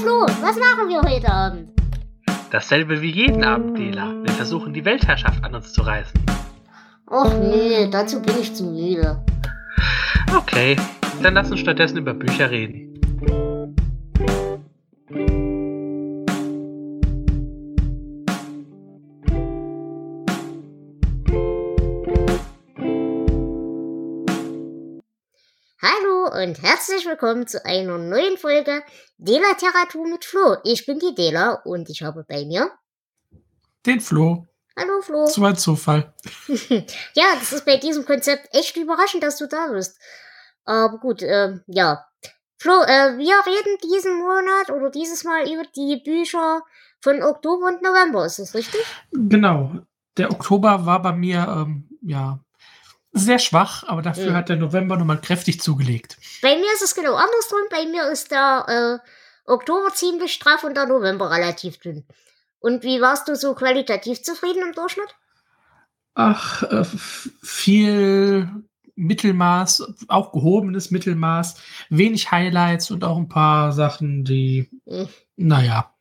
Flo, was machen wir heute Abend? Dasselbe wie jeden Abend, Dela. Wir versuchen, die Weltherrschaft an uns zu reißen. Och nee, dazu bin ich zu müde. Okay, dann lass uns stattdessen über Bücher reden. Hallo und herzlich willkommen zu einer neuen Folge Dela-Literatur mit Flo. Ich bin die Dela und ich habe bei mir den Flo. Hallo Flo. So ein Zufall. Ja, das ist bei diesem Konzept echt überraschend, dass du da bist. Aber gut, ja. Flo, wir reden diesen Monat oder dieses Mal über die Bücher von Oktober und November. Ist das richtig? Genau. Der Oktober war bei mir, sehr schwach, aber dafür hat der November nochmal kräftig zugelegt. Bei mir ist es genau andersrum. Bei mir ist der Oktober ziemlich straff und der November relativ dünn. Und wie warst du so qualitativ zufrieden im Durchschnitt? Ach, viel Mittelmaß, auch gehobenes Mittelmaß, wenig Highlights und auch ein paar Sachen, die, naja.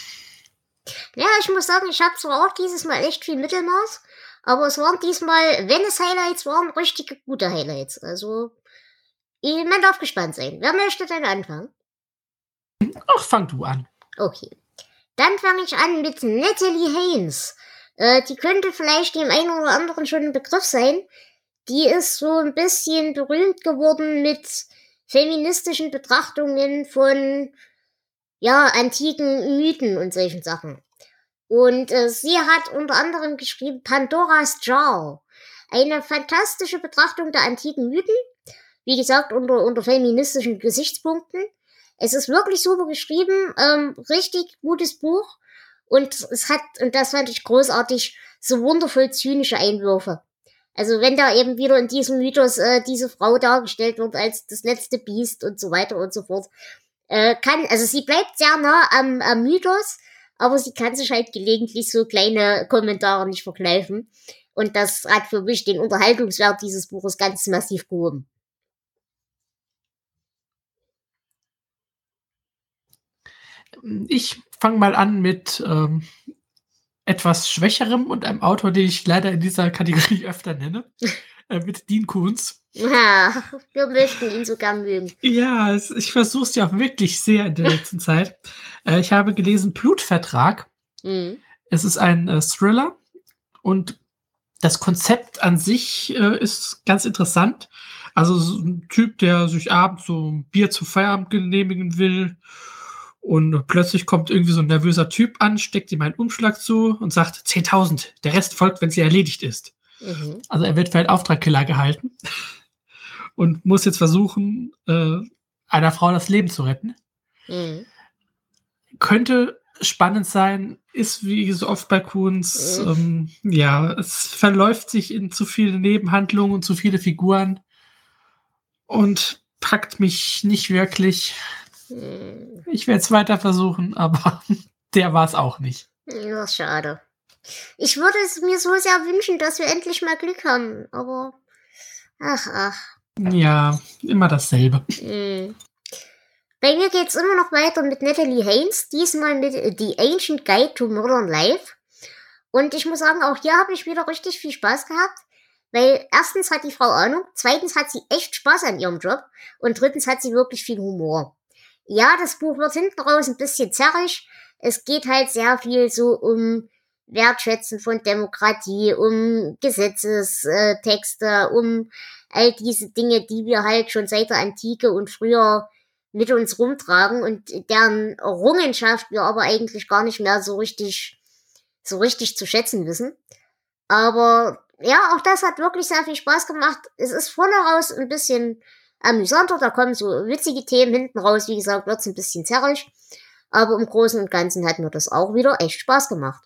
Ja, ich muss sagen, ich habe zwar auch dieses Mal echt viel Mittelmaß, aber es waren diesmal, wenn es Highlights waren, richtige gute Highlights. Also, man darf gespannt sein. Wer möchte denn anfangen? Ach, fang du an. Okay. Dann fange ich an mit Natalie Haynes. Die könnte vielleicht dem einen oder anderen schon ein Begriff sein. Die ist so ein bisschen berühmt geworden mit feministischen Betrachtungen von, antiken Mythen und solchen Sachen. Und sie hat unter anderem geschrieben Pandoras Jar. Eine fantastische Betrachtung der antiken Mythen. Wie gesagt, unter feministischen Gesichtspunkten. Es ist wirklich super geschrieben, richtig gutes Buch. Und es hat, und das fand ich großartig, so wundervoll zynische Einwürfe. Also wenn da eben wieder in diesem Mythos diese Frau dargestellt wird als das letzte Biest und so weiter und so fort. Also sie bleibt sehr nah am Mythos, aber sie kann sich halt gelegentlich so kleine Kommentare nicht verkneifen. Und das hat für mich den Unterhaltungswert dieses Buches ganz massiv gehoben. Ich fange mal an mit etwas Schwächerem und einem Autor, den ich leider in dieser Kategorie öfter nenne, mit Dean Koontz. Ja, wir möchten ihn so gern mögen. Ja, ich versuche es ja auch wirklich sehr in der letzten Zeit. Ich habe gelesen Blutvertrag. Es ist ein Thriller und das Konzept an sich ist ganz interessant. Also so ein Typ, der sich abends so ein Bier zu Feierabend genehmigen will und plötzlich kommt irgendwie so ein nervöser Typ an, steckt ihm einen Umschlag zu und sagt 10.000, der Rest folgt, wenn sie erledigt ist. Also er wird für einen Auftragskiller gehalten und muss jetzt versuchen, einer Frau das Leben zu retten. Könnte spannend sein, ist wie so oft bei Koontz, es verläuft sich in zu viele Nebenhandlungen und zu viele Figuren und packt mich nicht wirklich. Ich werde es weiter versuchen, aber der war es auch nicht. Ja, schade. Ich würde es mir so sehr wünschen, dass wir endlich mal Glück haben, aber ach. Ja, immer dasselbe. Bei mir geht's immer noch weiter mit Natalie Haynes, diesmal mit The Ancient Guide to Modern Life. Und ich muss sagen, auch hier habe ich wieder richtig viel Spaß gehabt, weil erstens hat die Frau Ahnung, zweitens hat sie echt Spaß an ihrem Job und drittens hat sie wirklich viel Humor. Ja, das Buch wird hinten raus ein bisschen zerrig. Es geht halt sehr viel so um Wertschätzen von Demokratie, um Gesetzestexte, um all diese Dinge, die wir halt schon seit der Antike und früher mit uns rumtragen und deren Errungenschaft wir aber eigentlich gar nicht mehr so richtig zu schätzen wissen. Aber ja, auch das hat wirklich sehr viel Spaß gemacht. Es ist vorne raus ein bisschen amüsanter, da kommen so witzige Themen hinten raus. Wie gesagt, wird's ein bisschen zerrig. Aber im Großen und Ganzen hat mir das auch wieder echt Spaß gemacht.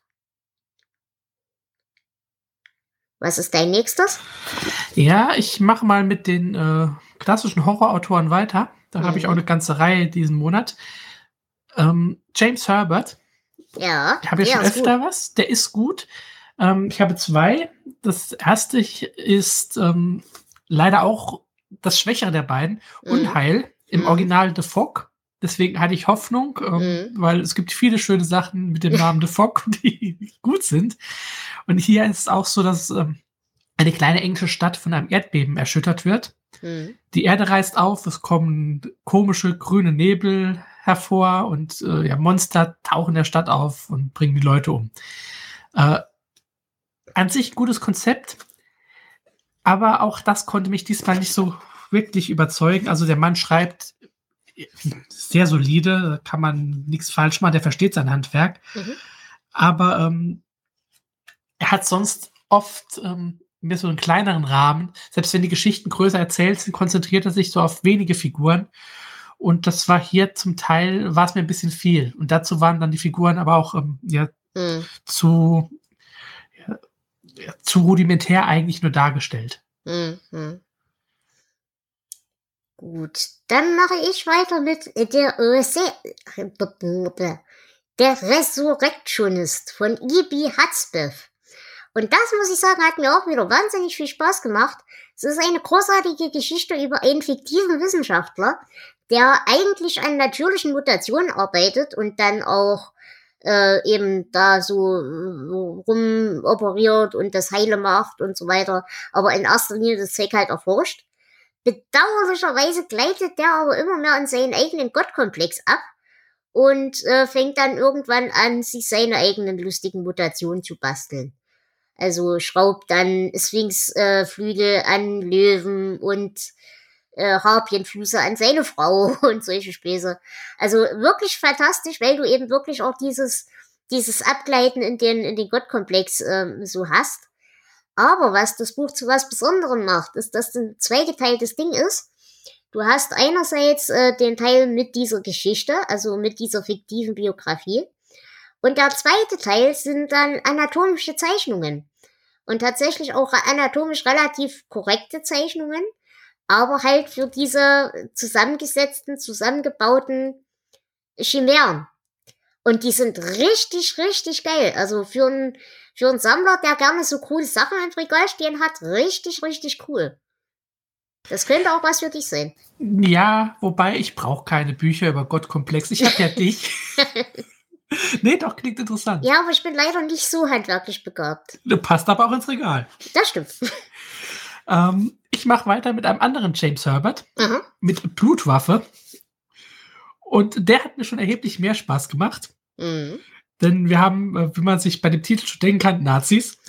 Was ist dein nächstes? Ja, ich mache mal mit den klassischen Horrorautoren weiter. Da habe ich auch eine ganze Reihe diesen Monat. James Herbert. Ja. Da habe ich schon öfter was. Der ist gut. Ich habe zwei. Das erste ist leider auch das Schwächere der beiden. Unheil. Im Original The Fog. Deswegen hatte ich Hoffnung, weil es gibt viele schöne Sachen mit dem Namen The Fog, die gut sind. Und hier ist es auch so, dass eine kleine englische Stadt von einem Erdbeben erschüttert wird. Die Erde reißt auf, es kommen komische grüne Nebel hervor und Monster tauchen in der Stadt auf und bringen die Leute um. An sich ein gutes Konzept, aber auch das konnte mich diesmal nicht so wirklich überzeugen. Also der Mann schreibt sehr solide, da kann man nichts falsch machen, der versteht sein Handwerk. Aber er hat sonst oft mehr so einen kleineren Rahmen. Selbst wenn die Geschichten größer erzählt sind, konzentriert er sich so auf wenige Figuren. Und das war es mir ein bisschen viel. Und dazu waren dann die Figuren aber auch zu rudimentär eigentlich nur dargestellt. Gut, dann mache ich weiter mit der Resurrectionist von E.B. Hudspeth. Und das, muss ich sagen, hat mir auch wieder wahnsinnig viel Spaß gemacht. Es ist eine großartige Geschichte über einen fiktiven Wissenschaftler, der eigentlich an natürlichen Mutationen arbeitet und dann auch eben da so rumoperiert und das Heile macht und so weiter, aber in erster Linie das Zeug halt erforscht. Bedauerlicherweise gleitet der aber immer mehr in seinen eigenen Gottkomplex ab und fängt dann irgendwann an, sich seine eigenen lustigen Mutationen zu basteln. Also schraubt dann Sphinxflügel an Löwen und Harpienfüße an seine Frau und solche Späße. Also wirklich fantastisch, weil du eben wirklich auch dieses Abgleiten in den Gottkomplex so hast. Aber was das Buch zu was Besonderem macht, ist, dass es ein zweigeteiltes Ding ist. Du hast einerseits den Teil mit dieser Geschichte, also mit dieser fiktiven Biografie. Und der zweite Teil sind dann anatomische Zeichnungen. Und tatsächlich auch anatomisch relativ korrekte Zeichnungen, aber halt für diese zusammengebauten Chimären. Und die sind richtig, richtig geil. Also für einen Sammler, der gerne so coole Sachen im Regal stehen hat, richtig, richtig cool. Das könnte auch was für dich sein. Ja, wobei ich brauche keine Bücher über Gottkomplex. Ich habe ja dich. Nee, doch, klingt interessant. Ja, aber ich bin leider nicht so handwerklich begabt. Du passt aber auch ins Regal. Das stimmt. Ich mache weiter mit einem anderen James Herbert, mit Blutwaffe. Und der hat mir schon erheblich mehr Spaß gemacht. Denn wir haben, wie man sich bei dem Titel schon denken kann, Nazis.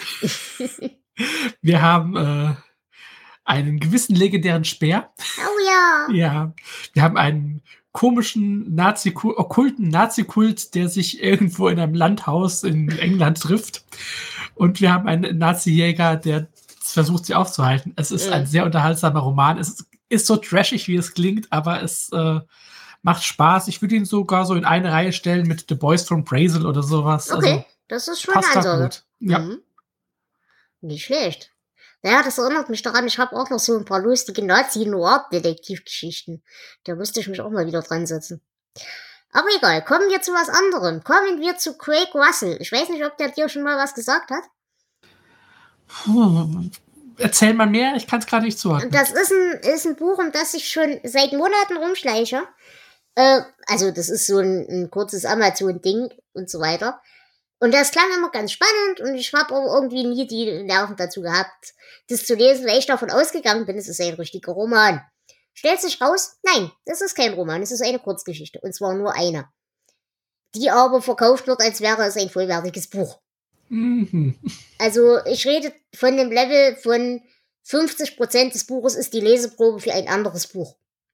Wir haben einen gewissen legendären Speer. Oh ja. Ja, wir haben einen komischen okkulten Nazi-Kult, der sich irgendwo in einem Landhaus in England trifft. Und wir haben einen Nazi-Jäger, der versucht, sie aufzuhalten. Es ist ein sehr unterhaltsamer Roman. Es ist so trashig, wie es klingt, aber es macht Spaß. Ich würde ihn sogar so in eine Reihe stellen mit The Boys from Brazil oder sowas. Okay, also, das ist schon eine Ansage. Ja. Nicht schlecht. Naja, das erinnert mich daran, ich habe auch noch so ein paar lustige Nazi-Noir-Detektivgeschichten. Da müsste ich mich auch mal wieder dran setzen. Aber egal, kommen wir zu was anderem. Kommen wir zu Craig Russell. Ich weiß nicht, ob der dir schon mal was gesagt hat. Erzähl mal mehr, ich kann es gerade nicht zuordnen. Das ist ein Buch, um das ich schon seit Monaten rumschleiche. Also das ist so ein kurzes Amazon-Ding und so weiter. Und das klang immer ganz spannend und ich habe aber irgendwie nie die Nerven dazu gehabt, das zu lesen, weil ich davon ausgegangen bin, es ist ein richtiger Roman. Stellt sich raus, nein, das ist kein Roman, es ist eine Kurzgeschichte. Und zwar nur eine. Die aber verkauft wird, als wäre es ein vollwertiges Buch. Also ich rede von dem Level von 50% des Buches ist die Leseprobe für ein anderes Buch.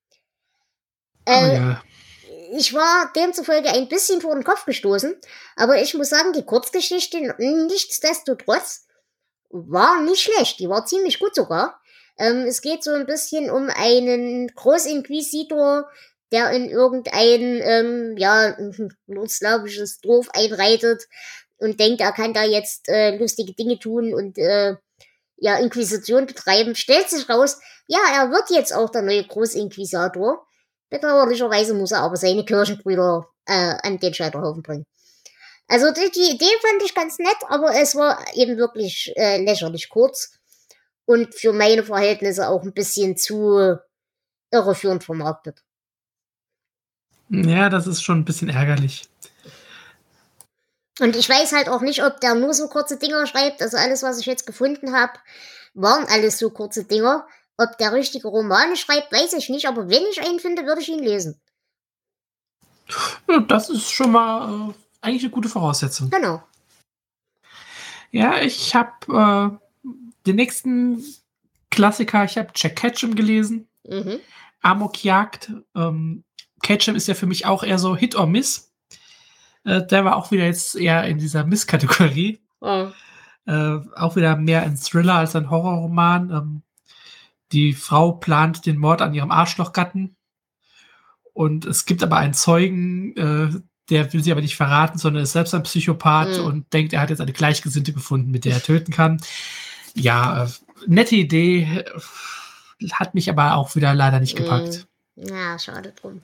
Ja. Ich war demzufolge ein bisschen vor den Kopf gestoßen, aber ich muss sagen, die Kurzgeschichte nichtsdestotrotz war nicht schlecht, die war ziemlich gut sogar. Es geht so ein bisschen um einen Großinquisitor, der in irgendein nordslawisches Dorf einreitet und denkt, er kann da jetzt lustige Dinge tun und Inquisition betreiben. Stellt sich raus, ja, er wird jetzt auch der neue Großinquisitor. Bedauerlicherweise muss er aber seine Kirchenbrüder an den Scheiterhaufen bringen. Also die Idee fand ich ganz nett, aber es war eben wirklich lächerlich kurz und für meine Verhältnisse auch ein bisschen zu irreführend vermarktet. Ja, das ist schon ein bisschen ärgerlich. Und ich weiß halt auch nicht, ob der nur so kurze Dinger schreibt. Also alles, was ich jetzt gefunden habe, waren alles so kurze Dinger. Ob der richtige Romane schreibt, weiß ich nicht. Aber wenn ich einen finde, würde ich ihn lesen. Ja, das ist schon mal eigentlich eine gute Voraussetzung. Genau. Ja, ich habe den nächsten Klassiker, ich habe Jack Ketchum gelesen. Amokjagd. Ketchum ist ja für mich auch eher so Hit or Miss. Der war auch wieder jetzt eher in dieser Miss-Kategorie. Auch wieder mehr ein Thriller als ein Horrorroman. Die Frau plant den Mord an ihrem Arschlochgatten. Und es gibt aber einen Zeugen, der will sie aber nicht verraten, sondern ist selbst ein Psychopath und denkt, er hat jetzt eine Gleichgesinnte gefunden, mit der er töten kann. Ja, nette Idee. Hat mich aber auch wieder leider nicht gepackt. Ja, schade drum.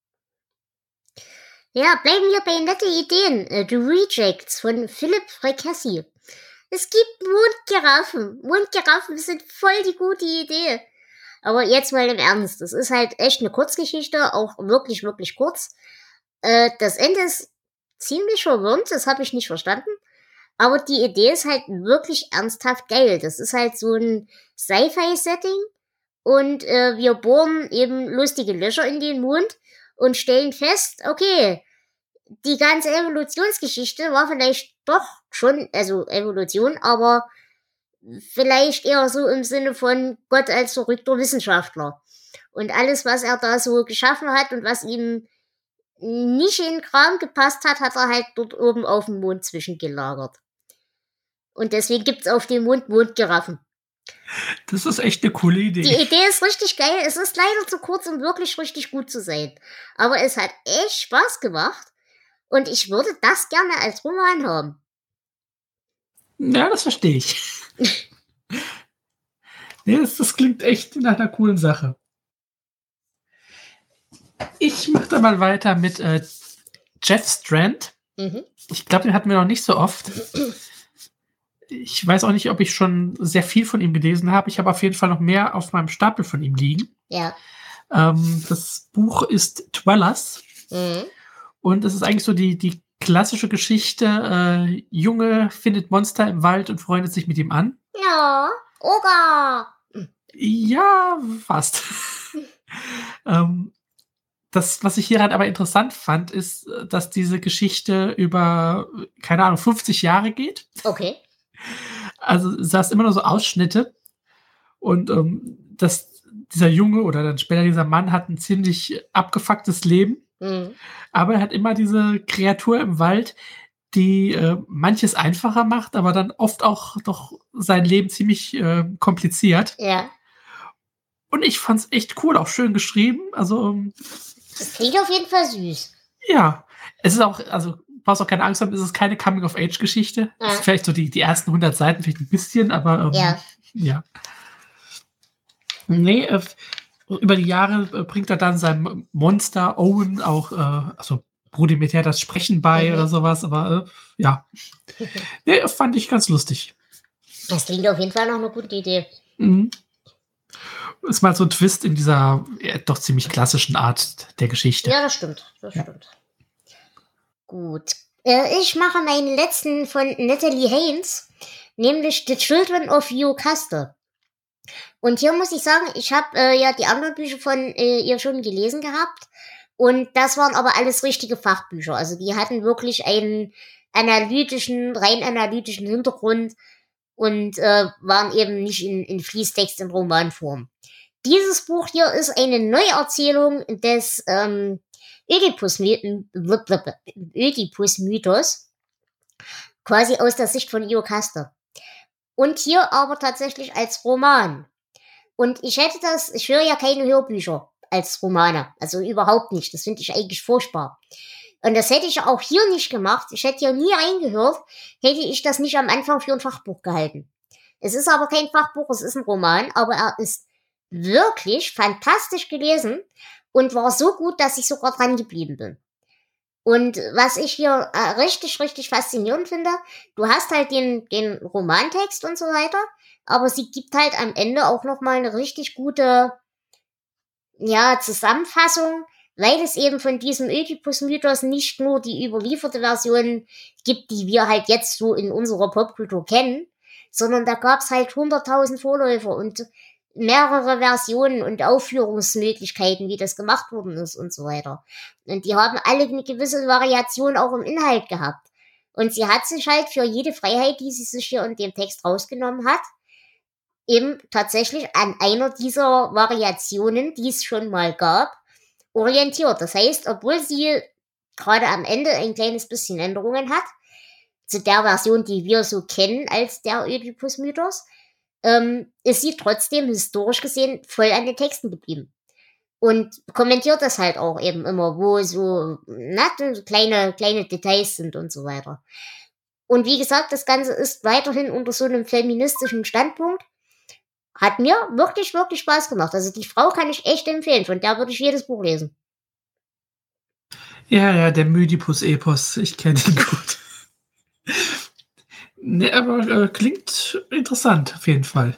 Ja, bleiben wir bei nette Ideen. The Rejects von Philip Fracassi. Es gibt Mondgiraffen. Mondgiraffen sind voll die gute Idee. Aber jetzt mal im Ernst. Das ist halt echt eine Kurzgeschichte, auch wirklich, wirklich kurz. Das Ende ist ziemlich verwirrend, das habe ich nicht verstanden. Aber die Idee ist halt wirklich ernsthaft geil. Das ist halt so ein Sci-Fi-Setting. Und wir bohren eben lustige Löcher in den Mond und stellen fest, okay, die ganze Evolutionsgeschichte war vielleicht doch schon, also Evolution, aber vielleicht eher so im Sinne von Gott als verrückter Wissenschaftler. Und alles, was er da so geschaffen hat und was ihm nicht in den Kram gepasst hat, hat er halt dort oben auf dem Mond zwischengelagert. Und deswegen gibt's auf dem Mond Mondgiraffen. Das ist echt eine coole Idee. Die Idee ist richtig geil. Es ist leider zu kurz, um wirklich richtig gut zu sein. Aber es hat echt Spaß gemacht. Und ich würde das gerne als Roman haben. Ja, das verstehe ich. Nee, das klingt echt nach einer coolen Sache. Ich mache da mal weiter mit Jeff Strand. Ich glaube, den hatten wir noch nicht so oft. Ich weiß auch nicht, ob ich schon sehr viel von ihm gelesen habe. Ich habe auf jeden Fall noch mehr auf meinem Stapel von ihm liegen. Ja. Das Buch ist Dwellers. Und es ist eigentlich so die klassische Geschichte. Junge findet Monster im Wald und freundet sich mit ihm an. Ja, Oga. Ja, fast. Das, was ich hieran aber interessant fand, ist, dass diese Geschichte über, keine Ahnung, 50 Jahre geht. Okay. Also du hast immer nur so Ausschnitte. Und dieser Junge oder dann später dieser Mann hat ein ziemlich abgefucktes Leben. Aber er hat immer diese Kreatur im Wald, die manches einfacher macht, aber dann oft auch doch sein Leben ziemlich kompliziert. Ja. Und ich fand's echt cool, auch schön geschrieben. Also das klingt auf jeden Fall süß. Ja, es ist auch, also brauchst auch keine Angst haben, es ist keine Coming-of-Age-Geschichte. Das ist vielleicht so die ersten 100 Seiten, vielleicht ein bisschen, aber ja. Nee, über die Jahre bringt er dann seinem Monster Owen auch, also rudimentär das Sprechen bei oder sowas, aber ja. Nee, fand ich ganz lustig. Das klingt auf jeden Fall noch eine gute Idee. Ist mal so ein Twist in dieser doch ziemlich klassischen Art der Geschichte. Ja, das stimmt. Stimmt. Gut. Ich mache meinen letzten von Natalie Haynes, nämlich The Children of Iokaste. Und hier muss ich sagen, ich habe ja die anderen Bücher von ihr schon gelesen gehabt. Und das waren aber alles richtige Fachbücher. Also die hatten wirklich einen rein analytischen Hintergrund und waren eben nicht in Fließtext in Romanform. Dieses Buch hier ist eine Neuerzählung des Ödipus-Mythos, quasi aus der Sicht von Iokaste. Und hier aber tatsächlich als Roman. Und ich höre ja keine Hörbücher als Romane, also überhaupt nicht. Das finde ich eigentlich furchtbar. Und das hätte ich auch hier nicht gemacht. Ich hätte hier nie reingehört, hätte ich das nicht am Anfang für ein Fachbuch gehalten. Es ist aber kein Fachbuch, es ist ein Roman, aber er ist wirklich fantastisch gelesen und war so gut, dass ich sogar dran geblieben bin. Und was ich hier richtig, richtig faszinierend finde, du hast halt den Romantext und so weiter, aber sie gibt halt am Ende auch nochmal eine richtig gute, Zusammenfassung, weil es eben von diesem Oedipus-Mythos nicht nur die überlieferte Version gibt, die wir halt jetzt so in unserer Popkultur kennen, sondern da gab's halt 100.000 Vorläufer und mehrere Versionen und Aufführungsmöglichkeiten, wie das gemacht worden ist und so weiter. Und die haben alle eine gewisse Variation auch im Inhalt gehabt. Und sie hat sich halt für jede Freiheit, die sie sich hier in dem Text rausgenommen hat, eben tatsächlich an einer dieser Variationen, die es schon mal gab, orientiert. Das heißt, obwohl sie gerade am Ende ein kleines bisschen Änderungen hat, zu der Version, die wir so kennen als der Oedipus-Mythos, ist sie trotzdem historisch gesehen voll an den Texten geblieben. Und kommentiert das halt auch eben immer, wo so kleine Details sind und so weiter. Und wie gesagt, das Ganze ist weiterhin unter so einem feministischen Standpunkt. Hat mir wirklich, wirklich Spaß gemacht. Also die Frau kann ich echt empfehlen. Von der würde ich jedes Buch lesen. Ja, der Oedipus-Epos. Ich kenne ihn gut. Ne, aber klingt interessant, auf jeden Fall.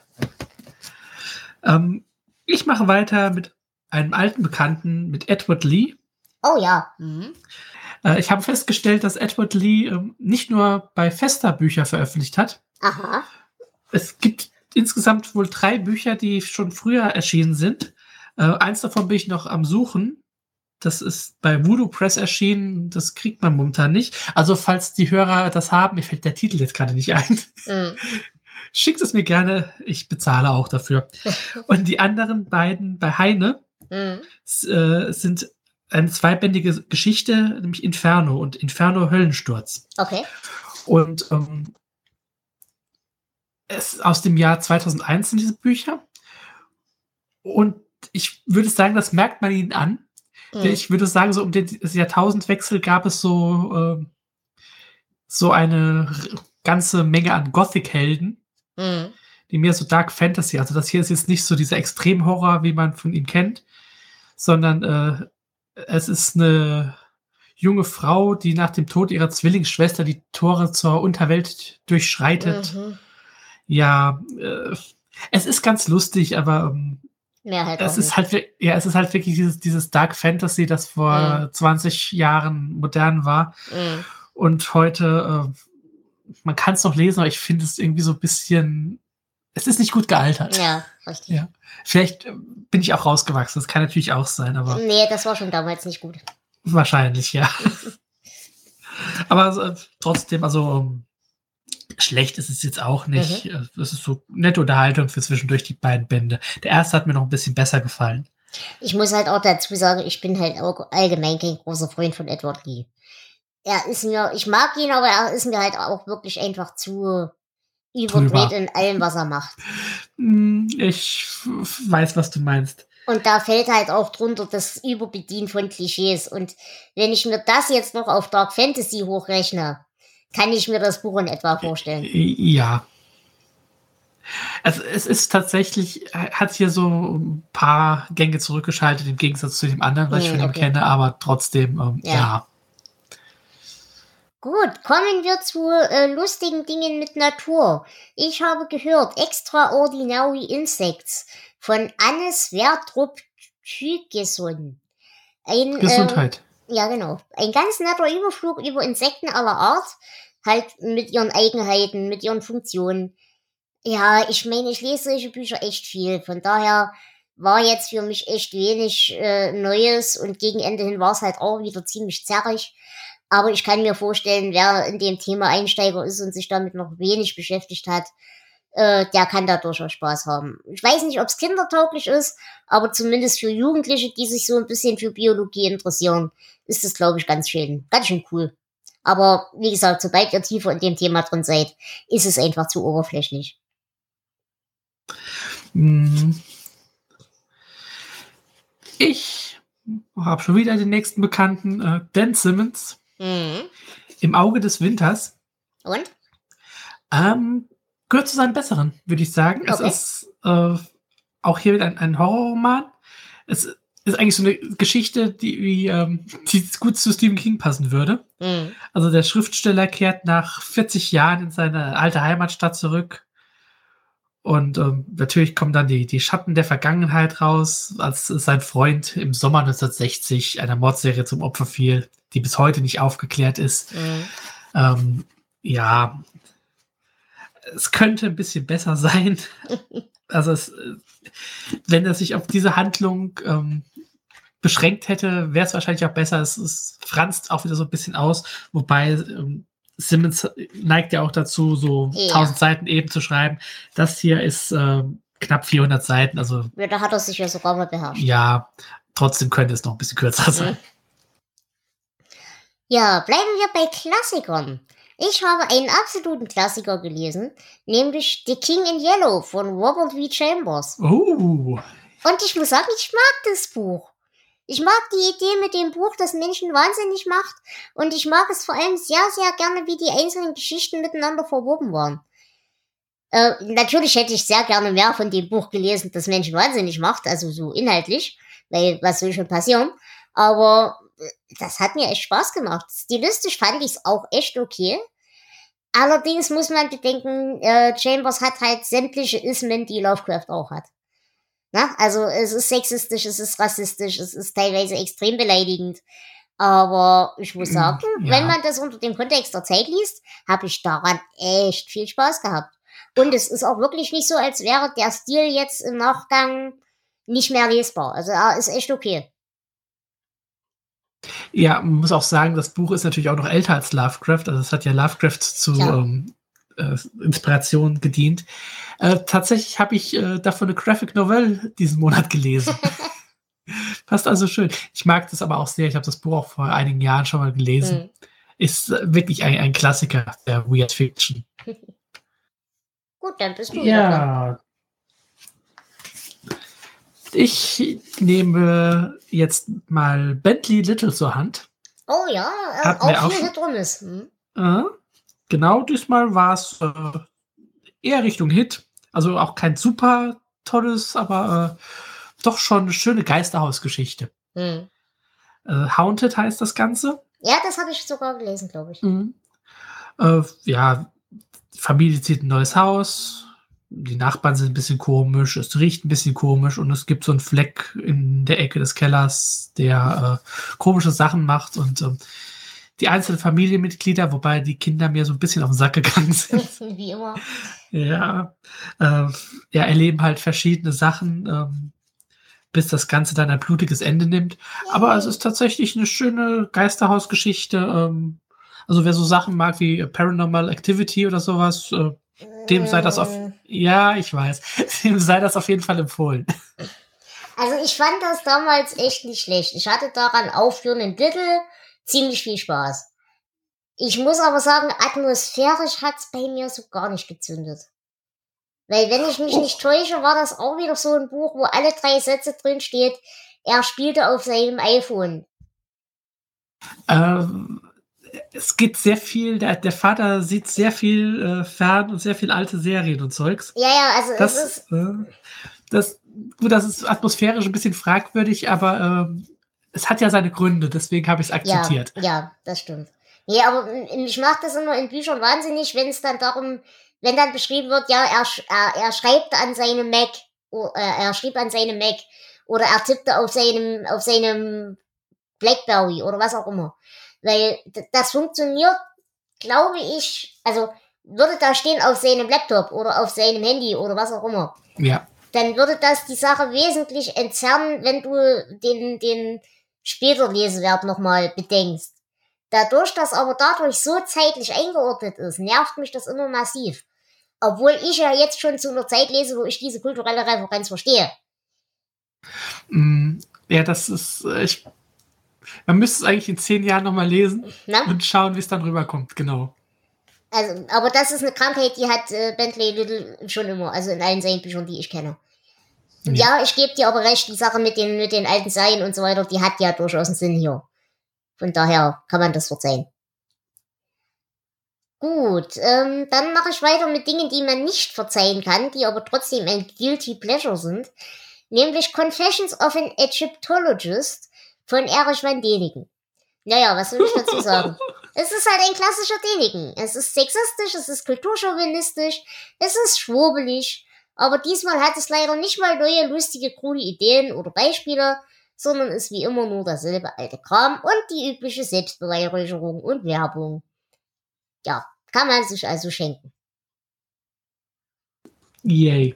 Ich mache weiter mit einem alten Bekannten, mit Edward Lee. Oh ja. Ich habe festgestellt, dass Edward Lee nicht nur bei Vesta-Bücher veröffentlicht hat. Aha. Es gibt insgesamt wohl 3 Bücher, die schon früher erschienen sind. Eins davon bin ich noch am Suchen. Das ist bei Voodoo Press erschienen. Das kriegt man momentan nicht. Also falls die Hörer das haben, mir fällt der Titel jetzt gerade nicht ein. Schickt es mir gerne. Ich bezahle auch dafür. Und die anderen beiden bei Heine sind eine 2-bändige Geschichte, nämlich Inferno und Inferno Höllensturz. Okay. Und es aus dem Jahr 2001 sind diese Bücher. Und ich würde sagen, das merkt man ihnen an. Ich würde sagen, so um den Jahrtausendwechsel gab es so eine ganze Menge an Gothic-Helden, die mehr so Dark Fantasy, also das hier ist jetzt nicht so dieser Extremhorror, wie man von ihm kennt, sondern es ist eine junge Frau, die nach dem Tod ihrer Zwillingsschwester die Tore zur Unterwelt durchschreitet. Ja, es ist ganz lustig, aber Halt es ist halt wirklich dieses Dark Fantasy, das vor 20 Jahren modern war. Und heute, man kann es noch lesen, aber ich finde es irgendwie so ein bisschen, es ist nicht gut gealtert. Ja, richtig. Ja. Vielleicht bin ich auch rausgewachsen, das kann natürlich auch sein, aber. Nee, das war schon damals nicht gut. Wahrscheinlich, ja. Aber trotzdem, also schlecht ist es jetzt auch nicht. Es ist so nette Unterhaltung für zwischendurch die beiden Bände. Der erste hat mir noch ein bisschen besser gefallen. Ich muss halt auch dazu sagen, ich bin halt auch allgemein kein großer Freund von Edward Lee. Ich mag ihn, aber er ist mir halt auch wirklich einfach zu überdreht in allem, was er macht. Ich weiß, was du meinst. Und da fällt halt auch drunter das Überbedienen von Klischees. Und wenn ich mir das jetzt noch auf Dark Fantasy hochrechne, kann ich mir das Buch in etwa vorstellen. Ja. Also es ist tatsächlich, hat hier so ein paar Gänge zurückgeschaltet, im Gegensatz zu dem anderen, was ich von ihm kenne, aber trotzdem, ja. Gut, kommen wir zu lustigen Dingen mit Natur. Ich habe gehört, Extraordinary Insects von Anne Sverdrup-Thygeson. Gesundheit. Ja, genau. Ein ganz netter Überflug über Insekten aller Art, halt mit ihren Eigenheiten, mit ihren Funktionen. Ja, ich meine, ich lese solche Bücher echt viel. Von daher war jetzt für mich echt wenig Neues und gegen Ende hin war es halt auch wieder ziemlich zerrig. Aber ich kann mir vorstellen, wer in dem Thema Einsteiger ist und sich damit noch wenig beschäftigt hat, der kann da durchaus Spaß haben. Ich weiß nicht, ob es kindertauglich ist, aber zumindest für Jugendliche, die sich so ein bisschen für Biologie interessieren, ist das, glaube ich, ganz schön cool. Aber wie gesagt, sobald ihr tiefer in dem Thema drin seid, ist es einfach zu oberflächlich. Ich habe schon wieder den nächsten Bekannten, Dan Simmons, Im Auge des Winters. Und? Gehört zu seinen besseren, würde ich sagen. Okay. Es ist auch hier wieder ein Horrorroman. Es ist eigentlich so eine Geschichte, die gut zu Stephen King passen würde. Also der Schriftsteller kehrt nach 40 Jahren in seine alte Heimatstadt zurück Und natürlich kommen dann die Schatten der Vergangenheit raus, als sein Freund im Sommer 1960 einer Mordserie zum Opfer fiel, die bis heute nicht aufgeklärt ist. Ja, es könnte ein bisschen besser sein. Also wenn er sich auf diese Handlung beschränkt hätte, wäre es wahrscheinlich auch besser. Es franzt auch wieder so ein bisschen aus, wobei Simmons neigt ja auch dazu, so 1000 Seiten eben zu schreiben. Das hier ist knapp 400 Seiten. Also, ja, da hat er sich ja sogar mal beherrscht. Ja, trotzdem könnte es noch ein bisschen kürzer sein. Ja, bleiben wir bei Klassikern. Ich habe einen absoluten Klassiker gelesen, nämlich The King in Yellow von Robert V. Chambers. Oh. Und ich muss sagen, ich mag das Buch. Ich mag die Idee mit dem Buch, das Menschen wahnsinnig macht. Und ich mag es vor allem sehr, sehr gerne, wie die einzelnen Geschichten miteinander verwoben waren. Natürlich hätte ich sehr gerne mehr von dem Buch gelesen, das Menschen wahnsinnig macht, also so inhaltlich, weil was soll schon passieren. Aber das hat mir echt Spaß gemacht. Stilistisch fand ich es auch echt okay. Allerdings muss man bedenken, Chambers hat halt sämtliche Ismen, die Lovecraft auch hat. Na, also es ist sexistisch, es ist rassistisch, es ist teilweise extrem beleidigend. Aber ich muss sagen, wenn man das unter dem Kontext der Zeit liest, habe ich daran echt viel Spaß gehabt. Und es ist auch wirklich nicht so, als wäre der Stil jetzt im Nachgang nicht mehr lesbar. Also er ist echt okay. Ja, man muss auch sagen, das Buch ist natürlich auch noch älter als Lovecraft. Also es hat ja Lovecraft zu Inspiration gedient. Tatsächlich habe ich davon eine Graphic Novel diesen Monat gelesen. Passt also schön. Ich mag das aber auch sehr. Ich habe das Buch auch vor einigen Jahren schon mal gelesen. Ist wirklich ein Klassiker der Weird Fiction. Gut, dann bist du ja. Ich nehme jetzt mal Bentley Little zur Hand. Oh ja, auch viel Hit drum ist. Genau, diesmal war es eher Richtung Hit. Also auch kein super tolles, aber doch schon eine schöne Geisterhausgeschichte. Haunted heißt das Ganze. Ja, das habe ich sogar gelesen, glaube ich. Ja, die Familie zieht ein neues Haus. Die Nachbarn sind ein bisschen komisch, es riecht ein bisschen komisch und es gibt so einen Fleck in der Ecke des Kellers, der komische Sachen macht und die einzelnen Familienmitglieder, wobei die Kinder mir so ein bisschen auf den Sack gegangen sind. Wie immer. Ja, erleben halt verschiedene Sachen, bis das Ganze dann ein blutiges Ende nimmt. Aber es ist tatsächlich eine schöne Geisterhausgeschichte. Also wer so Sachen mag wie Paranormal Activity oder sowas, dem sei das dem sei das auf jeden Fall empfohlen. Also ich fand das damals echt nicht schlecht. Ich hatte daran auch für einen Titel ziemlich viel Spaß. Ich muss aber sagen, atmosphärisch hat's bei mir so gar nicht gezündet. Weil wenn ich mich nicht täusche, war das auch wieder so ein Buch, wo alle 3 Sätze drin steht, er spielte auf seinem iPhone. Es geht sehr viel, der Vater sieht sehr viel fern und sehr viel alte Serien und Zeugs. Ja, also das ist atmosphärisch ein bisschen fragwürdig, aber es hat ja seine Gründe, deswegen habe ich es akzeptiert. Ja, das stimmt. Nee, aber mich macht das immer in Büchern wahnsinnig, wenn es dann darum, wenn dann beschrieben wird, ja, er schreibt an seinem Mac, er schrieb an seinem Mac oder er tippte auf seinem Blackberry oder was auch immer. Weil das funktioniert, glaube ich, also würde da stehen auf seinem Laptop oder auf seinem Handy oder was auch immer. Ja. Dann würde das die Sache wesentlich entzerren, wenn du den später Lesewert nochmal bedenkst. Dadurch, dass aber dadurch so zeitlich eingeordnet ist, nervt mich das immer massiv. Obwohl ich ja jetzt schon zu einer Zeit lese, wo ich diese kulturelle Referenz verstehe. Ja, das ist, man müsste es eigentlich in 10 Jahren nochmal lesen und schauen, wie es dann rüberkommt, genau. Also, aber das ist eine Krankheit, die hat Bentley Little schon immer, also in allen seinen Büchern, die ich kenne. Ja, ich gebe dir aber recht, die Sache mit den alten Serien und so weiter, die hat ja durchaus einen Sinn hier. Von daher kann man das verzeihen. Gut, dann mache ich weiter mit Dingen, die man nicht verzeihen kann, die aber trotzdem ein Guilty Pleasure sind. Nämlich Confessions of an Egyptologist von Erich van Däniken. Naja, was soll ich dazu sagen? Es ist halt ein klassischer Däniken. Es ist sexistisch, es ist kulturchauvinistisch, es ist schwurbelig Aber diesmal hat es leider nicht mal neue, lustige, coole Ideen oder Beispiele, sondern ist wie immer nur derselbe alte Kram und die übliche Selbstbeweihräucherung und Werbung. Ja, kann man sich also schenken. Yay.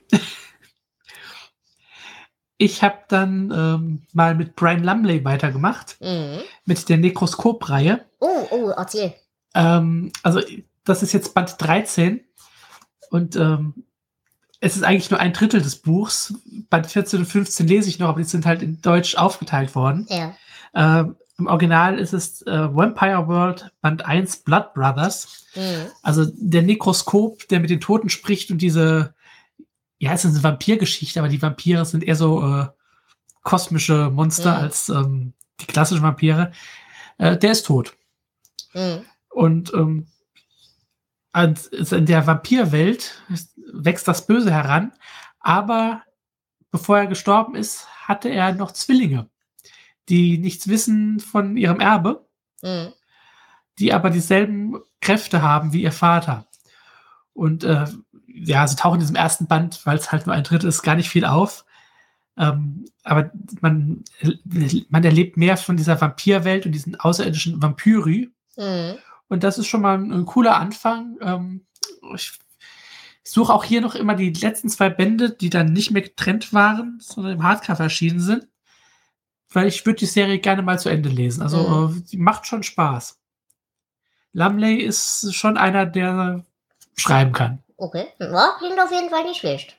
Ich habe dann mal mit Brian Lumley weitergemacht, mit der Nekroskop-Reihe. Oh, erzähl. Also das ist jetzt Band 13 und es ist eigentlich nur ein Drittel des Buchs. Band 14 und 15 lese ich noch, aber die sind halt in Deutsch aufgeteilt worden. Ja. Im Original ist es Vampire World, Band 1, Blood Brothers. Also der Nekroskop, der mit den Toten spricht und diese, ja, es ist eine Vampirgeschichte, aber die Vampire sind eher so kosmische Monster als die klassischen Vampire. Der ist tot. Und in der Vampirwelt wächst das Böse heran, aber bevor er gestorben ist, hatte er noch Zwillinge, die nichts wissen von ihrem Erbe, die aber dieselben Kräfte haben wie ihr Vater. Und sie tauchen in diesem ersten Band, weil es halt nur ein Drittel ist, gar nicht viel auf. Aber man erlebt mehr von dieser Vampirwelt und diesen außerirdischen Vampyri. Und das ist schon mal ein cooler Anfang. Ich suche auch hier noch immer die letzten 2 Bände, die dann nicht mehr getrennt waren, sondern im Hardcover erschienen sind. Weil ich würde die Serie gerne mal zu Ende lesen. Also die macht schon Spaß. Lumley ist schon einer, der schreiben kann. Okay, ja, klingt auf jeden Fall nicht schlecht.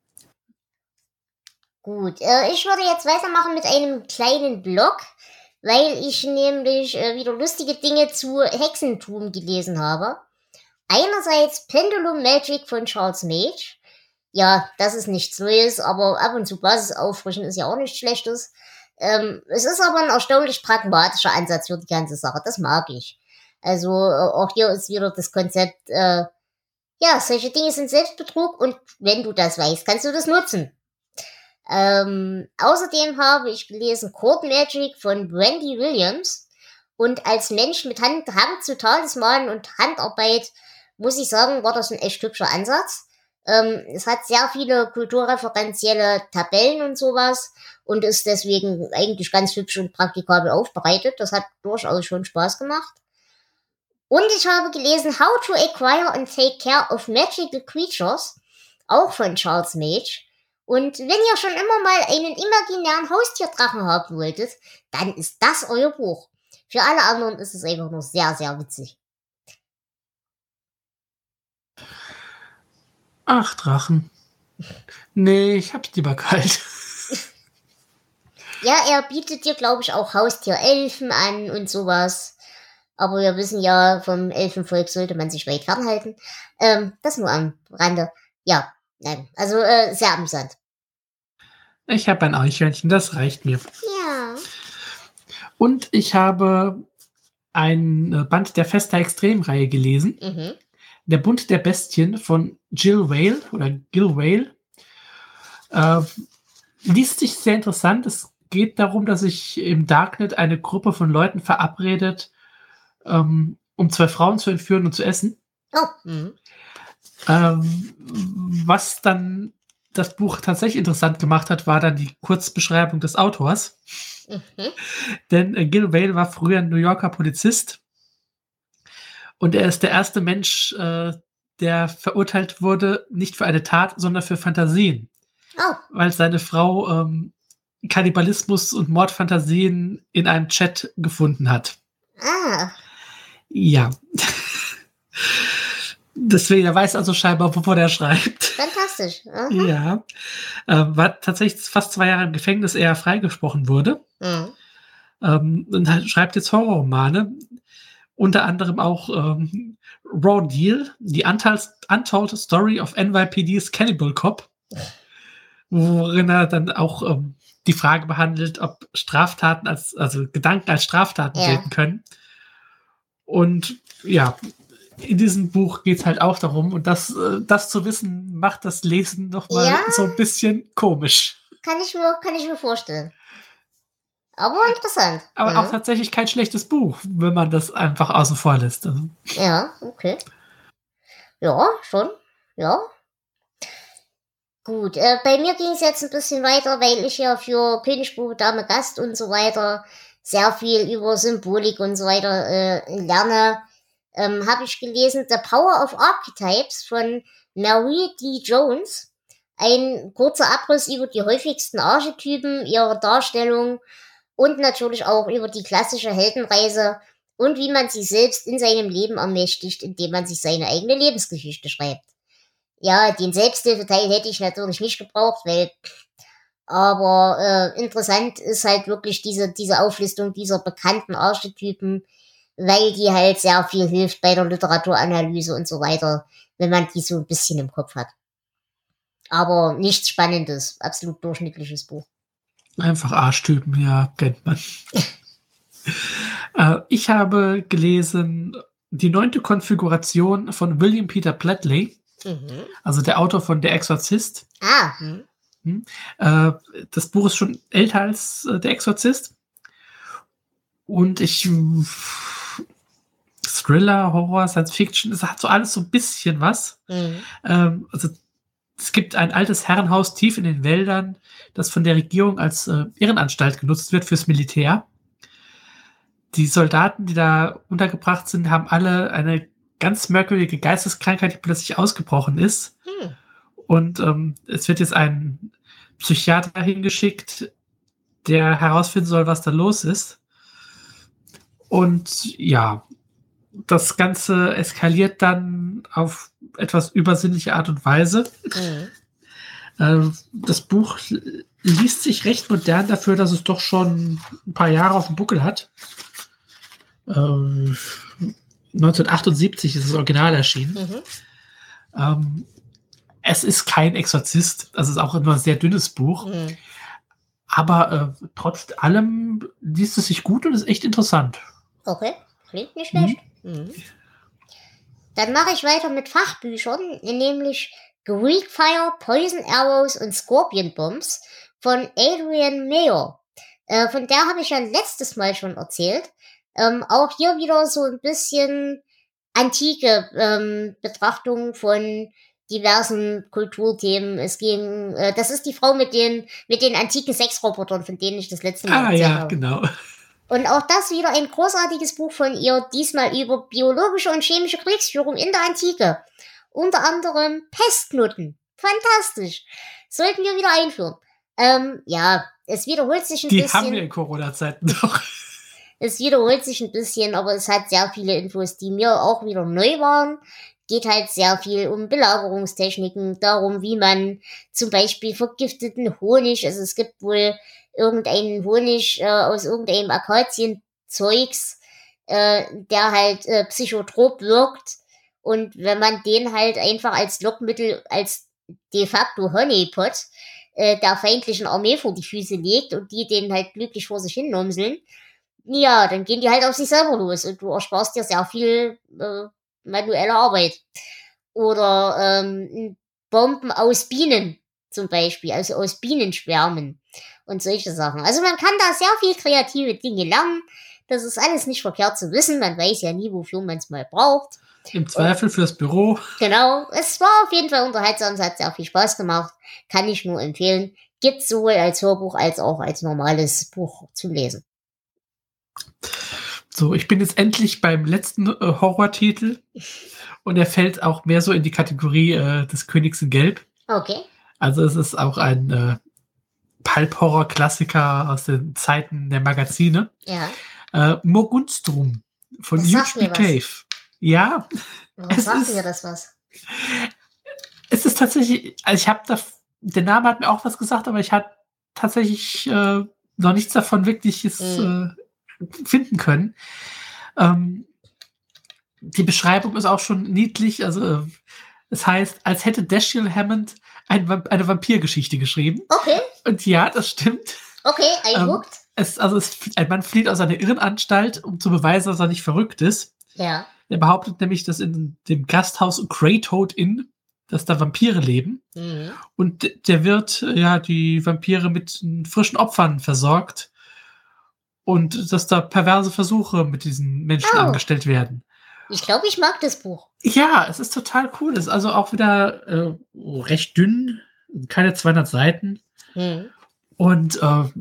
Gut, ich würde jetzt weitermachen mit einem kleinen Blog, weil ich nämlich wieder lustige Dinge zu Hexentum gelesen habe. Einerseits Pendulum Magic von Charles Mage. Ja, das ist nichts Neues, aber ab und zu Basis auffrischen ist ja auch nichts Schlechtes. Es ist aber ein erstaunlich pragmatischer Ansatz für die ganze Sache, das mag ich. Also auch hier ist wieder das Konzept, solche Dinge sind Selbstbetrug und wenn du das weißt, kannst du das nutzen. Außerdem habe ich gelesen Court Magic von Brandy Williams und als Mensch mit Hang zu Talismanen und Handarbeit muss ich sagen, war das ein echt hübscher Ansatz. Es hat sehr viele kulturreferenzielle Tabellen und sowas und ist deswegen eigentlich ganz hübsch und praktikabel aufbereitet. Das hat durchaus schon Spaß gemacht. Und ich habe gelesen How to Acquire and Take Care of Magical Creatures, auch von Charles Mage. Und wenn ihr schon immer mal einen imaginären Haustierdrachen haben wolltet, dann ist das euer Buch. Für alle anderen ist es einfach nur sehr, sehr witzig. Ach, Drachen. Nee, ich hab's lieber kalt. Ja, er bietet dir, glaube ich, auch Haustierelfen an und sowas. Aber wir wissen ja, vom Elfenvolk sollte man sich weit fernhalten. Das nur am Rande. Ja, nein, also sehr amüsant. Ich habe ein Eichhörnchen, das reicht mir. Ja. Und ich habe ein Band der Festa Extrem-Reihe gelesen. Der Bund der Bestien von Gil Whale. Liest sich sehr interessant. Es geht darum, dass sich im Darknet eine Gruppe von Leuten verabredet, um 2 Frauen zu entführen und zu essen. Was dann das Buch tatsächlich interessant gemacht hat, war dann die Kurzbeschreibung des Autors. Denn Gil Whale war früher ein New Yorker Polizist und er ist der erste Mensch, der verurteilt wurde, nicht für eine Tat, sondern für Fantasien. Weil seine Frau Kannibalismus und Mordfantasien in einem Chat gefunden hat. Ja. Deswegen, er weiß also scheinbar, wovon er schreibt. Fantastisch. Ja. War tatsächlich fast 2 Jahre im Gefängnis, ehe er freigesprochen wurde. Und schreibt jetzt Horrorromane. Unter anderem auch Raw Deal, die Untold Story of NYPD's Cannibal Cop, worin er dann auch die Frage behandelt, ob Straftaten also Gedanken als Straftaten gelten können. Und ja, in diesem Buch geht es halt auch darum, und das zu wissen, macht das Lesen nochmal so ein bisschen komisch. Kann ich mir vorstellen. Aber interessant. Aber auch tatsächlich kein schlechtes Buch, wenn man das einfach außen vor lässt. Also. Ja, okay. Ja, schon. Ja. Gut, bei mir ging es jetzt ein bisschen weiter, weil ich ja für König, Bube, Dame, Gast und so weiter sehr viel über Symbolik und so weiter lerne. Habe ich gelesen The Power of Archetypes von Marie D. Jones. Ein kurzer Abriss über die häufigsten Archetypen, ihre Darstellung und natürlich auch über die klassische Heldenreise und wie man sich selbst in seinem Leben ermächtigt, indem man sich seine eigene Lebensgeschichte schreibt. Ja, den Selbsthilfeteil hätte ich natürlich nicht gebraucht, aber interessant ist halt wirklich diese Auflistung dieser bekannten Archetypen, weil die halt sehr viel hilft bei der Literaturanalyse und so weiter, wenn man die so ein bisschen im Kopf hat. Aber nichts Spannendes, absolut durchschnittliches Buch. Einfach Arschtypen, ja, kennt man. Ich habe gelesen die 9. Konfiguration von William Peter Bradley, also der Autor von Der Exorzist. Das Buch ist schon älter als Der Exorzist. Und Thriller, Horror, Science Fiction, es hat so alles so ein bisschen was. Also es gibt ein altes Herrenhaus tief in den Wäldern, das von der Regierung als Irrenanstalt genutzt wird fürs Militär. Die Soldaten, die da untergebracht sind, haben alle eine ganz merkwürdige Geisteskrankheit, die plötzlich ausgebrochen ist. Und es wird jetzt ein Psychiater hingeschickt, der herausfinden soll, was da los ist. Und ja, das Ganze eskaliert dann auf etwas übersinnliche Art und Weise. Das Buch liest sich recht modern dafür, dass es doch schon ein paar Jahre auf dem Buckel hat. 1978 ist das Original erschienen. Es ist kein Exorzist, also es ist auch immer ein sehr dünnes Buch. Aber trotz allem liest es sich gut und ist echt interessant. Okay, klingt nicht schlecht. Dann mache ich weiter mit Fachbüchern, nämlich Greek Fire, Poison Arrows und Scorpion Bombs von Adrienne Mayor. Von der habe ich ja letztes Mal schon erzählt. Auch hier wieder so ein bisschen antike Betrachtung von diversen Kulturthemen. Es ging, das ist die Frau mit den antiken Sexrobotern, von denen ich das letzte Mal erzählt habe. Genau. Und auch das wieder ein großartiges Buch von ihr, diesmal über biologische und chemische Kriegsführung in der Antike. Unter anderem Pestknutten. Fantastisch. Sollten wir wieder einführen. Ja, es wiederholt sich ein bisschen. Die haben wir in Corona-Zeiten noch. Es wiederholt sich ein bisschen, aber es hat sehr viele Infos, die mir auch wieder neu waren. Geht halt sehr viel um Belagerungstechniken, darum, wie man zum Beispiel vergifteten Honig, also es gibt wohl irgendeinen Honig aus irgendeinem Akazienzeugs, der halt psychotrop wirkt. Und wenn man den halt einfach als Lockmittel, als de facto Honeypot der feindlichen Armee vor die Füße legt und die den halt glücklich vor sich hin nomseln, ja, dann gehen die halt auf sich selber los und du ersparst dir sehr viel manuelle Arbeit. Oder Bomben aus Bienen zum Beispiel, also aus Bienenschwärmen und solche Sachen. Also man kann da sehr viel kreative Dinge lernen. Das ist alles nicht verkehrt zu wissen. Man weiß ja nie, wofür man es mal braucht. Im Zweifel fürs Büro. Genau. Es war auf jeden Fall unterhaltsam. Es hat sehr viel Spaß gemacht. Kann ich nur empfehlen. Gibt's sowohl als Hörbuch als auch als normales Buch zum Lesen. So, ich bin jetzt endlich beim letzten Horrortitel. Und er fällt auch mehr so in die Kategorie des Königs in Gelb. Okay. Also es ist auch ein Pulp-Horror-Klassiker aus den Zeiten der Magazine. Ja. Morgunstrum von H.P. Cave. Ja. Warum sagt mir das was? Es ist tatsächlich, also ich habe der Name hat mir auch was gesagt, aber ich habe tatsächlich noch nichts davon wirkliches finden können. Die Beschreibung ist auch schon niedlich, also es heißt, als hätte Dashiell Hammond eine Vampirgeschichte geschrieben. Okay. Und ja, das stimmt. Okay, eingeguckt. Ein Mann flieht aus einer Irrenanstalt, um zu beweisen, dass er nicht verrückt ist. Ja. Er behauptet nämlich, dass in dem Gasthaus Greytoad Inn, dass da Vampire leben. Und der wird die Vampire mit frischen Opfern versorgt. Und dass da perverse Versuche mit diesen Menschen angestellt werden. Ich glaube, ich mag das Buch. Ja, es ist total cool. Es ist also auch wieder recht dünn keine 200 Seiten. Und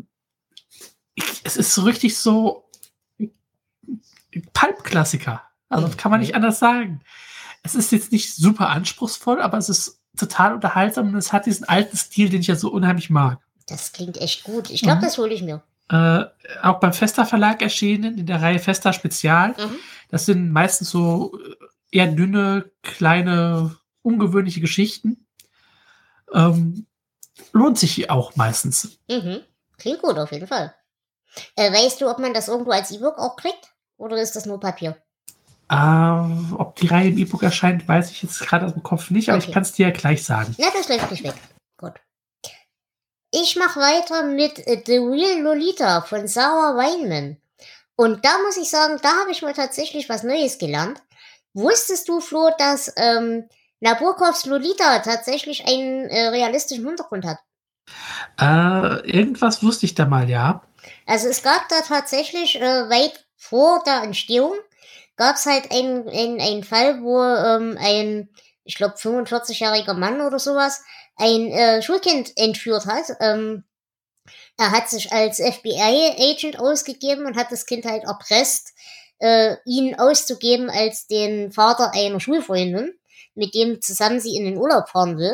es ist so richtig so Pulp-Klassiker. Also kann man nicht anders sagen. Es ist jetzt nicht super anspruchsvoll, aber es ist total unterhaltsam und es hat diesen alten Stil, den ich ja so unheimlich mag. Das klingt echt gut. Ich glaube, das hole ich mir. Auch beim Vesta Verlag erschienen, in der Reihe Vesta Spezial. Das sind meistens so eher dünne, kleine, ungewöhnliche Geschichten. Lohnt sich auch meistens. Klingt gut, auf jeden Fall. Weißt du, ob man das irgendwo als E-Book auch kriegt? Oder ist das nur Papier? Ob die Reihe im E-Book erscheint, weiß ich jetzt gerade aus dem Kopf nicht, aber ich kann es dir ja gleich sagen. Na, das läuft nicht weg. Gut. Ich mache weiter mit The Real Lolita von Sarah Weinman. Und da muss ich sagen, da habe ich mal tatsächlich was Neues gelernt. Wusstest du, Flo, dass Nabokovs Lolita tatsächlich einen realistischen Hintergrund hat? Irgendwas wusste ich da mal, ja. Also es gab da tatsächlich weit vor der Entstehung gab es halt einen Fall, wo ein, ich glaube 45-jähriger Mann oder sowas, ein Schulkind entführt hat. Er hat sich als FBI-Agent ausgegeben und hat das Kind halt erpresst, ihn auszugeben als den Vater einer Schulfreundin, mit dem zusammen sie in den Urlaub fahren will.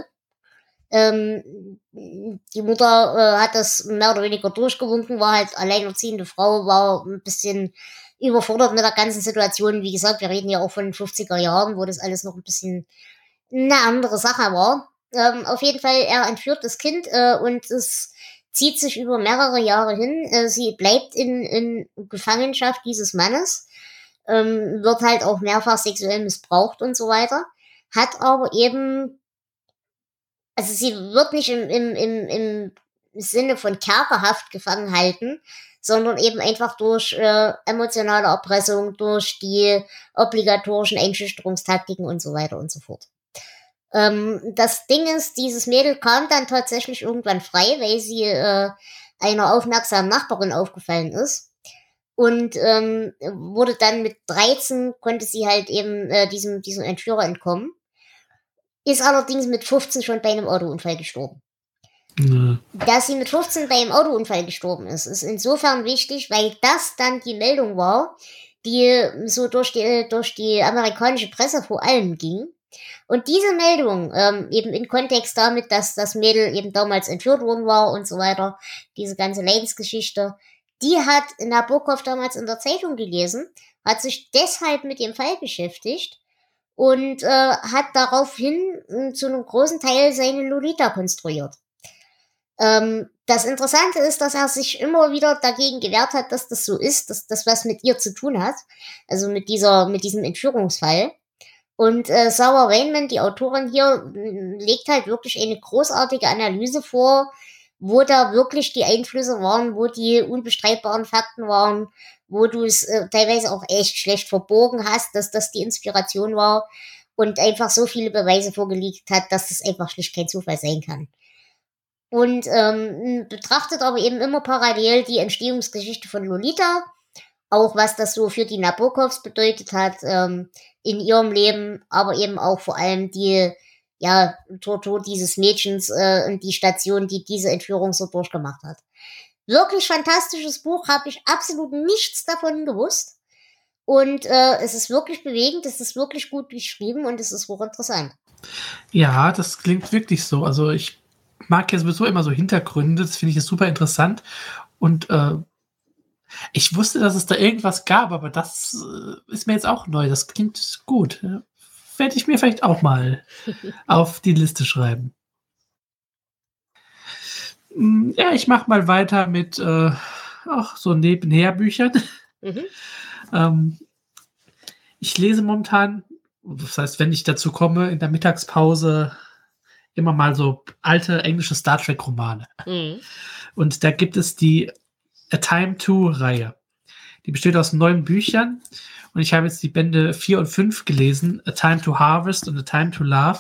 Die Mutter hat das mehr oder weniger durchgewunken, war halt alleinerziehende Frau, war ein bisschen überfordert mit der ganzen Situation. Wie gesagt, wir reden ja auch von den 50er Jahren, wo das alles noch ein bisschen eine andere Sache war. Auf jeden Fall, er entführt das Kind und es zieht sich über mehrere Jahre hin. Sie bleibt in Gefangenschaft dieses Mannes, wird halt auch mehrfach sexuell missbraucht und so weiter, hat aber eben, also sie wird nicht im Sinne von Kerkerhaft gefangen halten, sondern eben einfach durch emotionale Erpressung, durch die obligatorischen Einschüchterungstaktiken und so weiter und so fort. Das Ding ist, dieses Mädel kam dann tatsächlich irgendwann frei, weil sie einer aufmerksamen Nachbarin aufgefallen ist. Und wurde dann mit 13, konnte sie halt eben diesem Entführer entkommen. Ist allerdings mit 15 schon bei einem Autounfall gestorben. Dass sie mit 15 bei einem Autounfall gestorben ist insofern wichtig, weil das dann die Meldung war, die so durch die amerikanische Presse vor allem ging. Und diese Meldung, eben in Kontext damit, dass das Mädel eben damals entführt worden war und so weiter, diese ganze Leidensgeschichte, die hat Nabokov damals in der Zeitung gelesen, hat sich deshalb mit dem Fall beschäftigt und hat daraufhin zu einem großen Teil seine Lolita konstruiert. Das Interessante ist, dass er sich immer wieder dagegen gewehrt hat, dass das so ist, dass das was mit ihr zu tun hat, also mit diesem Entführungsfall. Und Sarah Weinman, die Autorin hier, legt halt wirklich eine großartige Analyse vor, wo da wirklich die Einflüsse waren, wo die unbestreitbaren Fakten waren, wo du es teilweise auch echt schlecht verborgen hast, dass das die Inspiration war und einfach so viele Beweise vorgelegt hat, dass das einfach schlicht kein Zufall sein kann. Und betrachtet aber eben immer parallel die Entstehungsgeschichte von Lolita, auch was das so für die Nabokovs bedeutet hat in ihrem Leben, aber eben auch vor allem die Tortur dieses Mädchens und die Station, die diese Entführung so durchgemacht hat. Wirklich fantastisches Buch, habe ich absolut nichts davon gewusst. Und es ist wirklich bewegend, es ist wirklich gut geschrieben und es ist hochinteressant. Ja, das klingt wirklich so. Also ich mag ja sowieso immer so Hintergründe, das finde ich jetzt super interessant. Und ich wusste, dass es da irgendwas gab, aber das ist mir jetzt auch neu. Das klingt gut. Werde ich mir vielleicht auch mal auf die Liste schreiben. Ja, ich mache mal weiter mit auch so Nebenherbüchern. Ich lese momentan, das heißt, wenn ich dazu komme, in der Mittagspause immer mal so alte englische Star Trek-Romane. Und da gibt es die A Time To-Reihe. Die besteht aus 9 Büchern und ich habe jetzt die Bände 4 und 5 gelesen, A Time to Harvest und A Time to Love.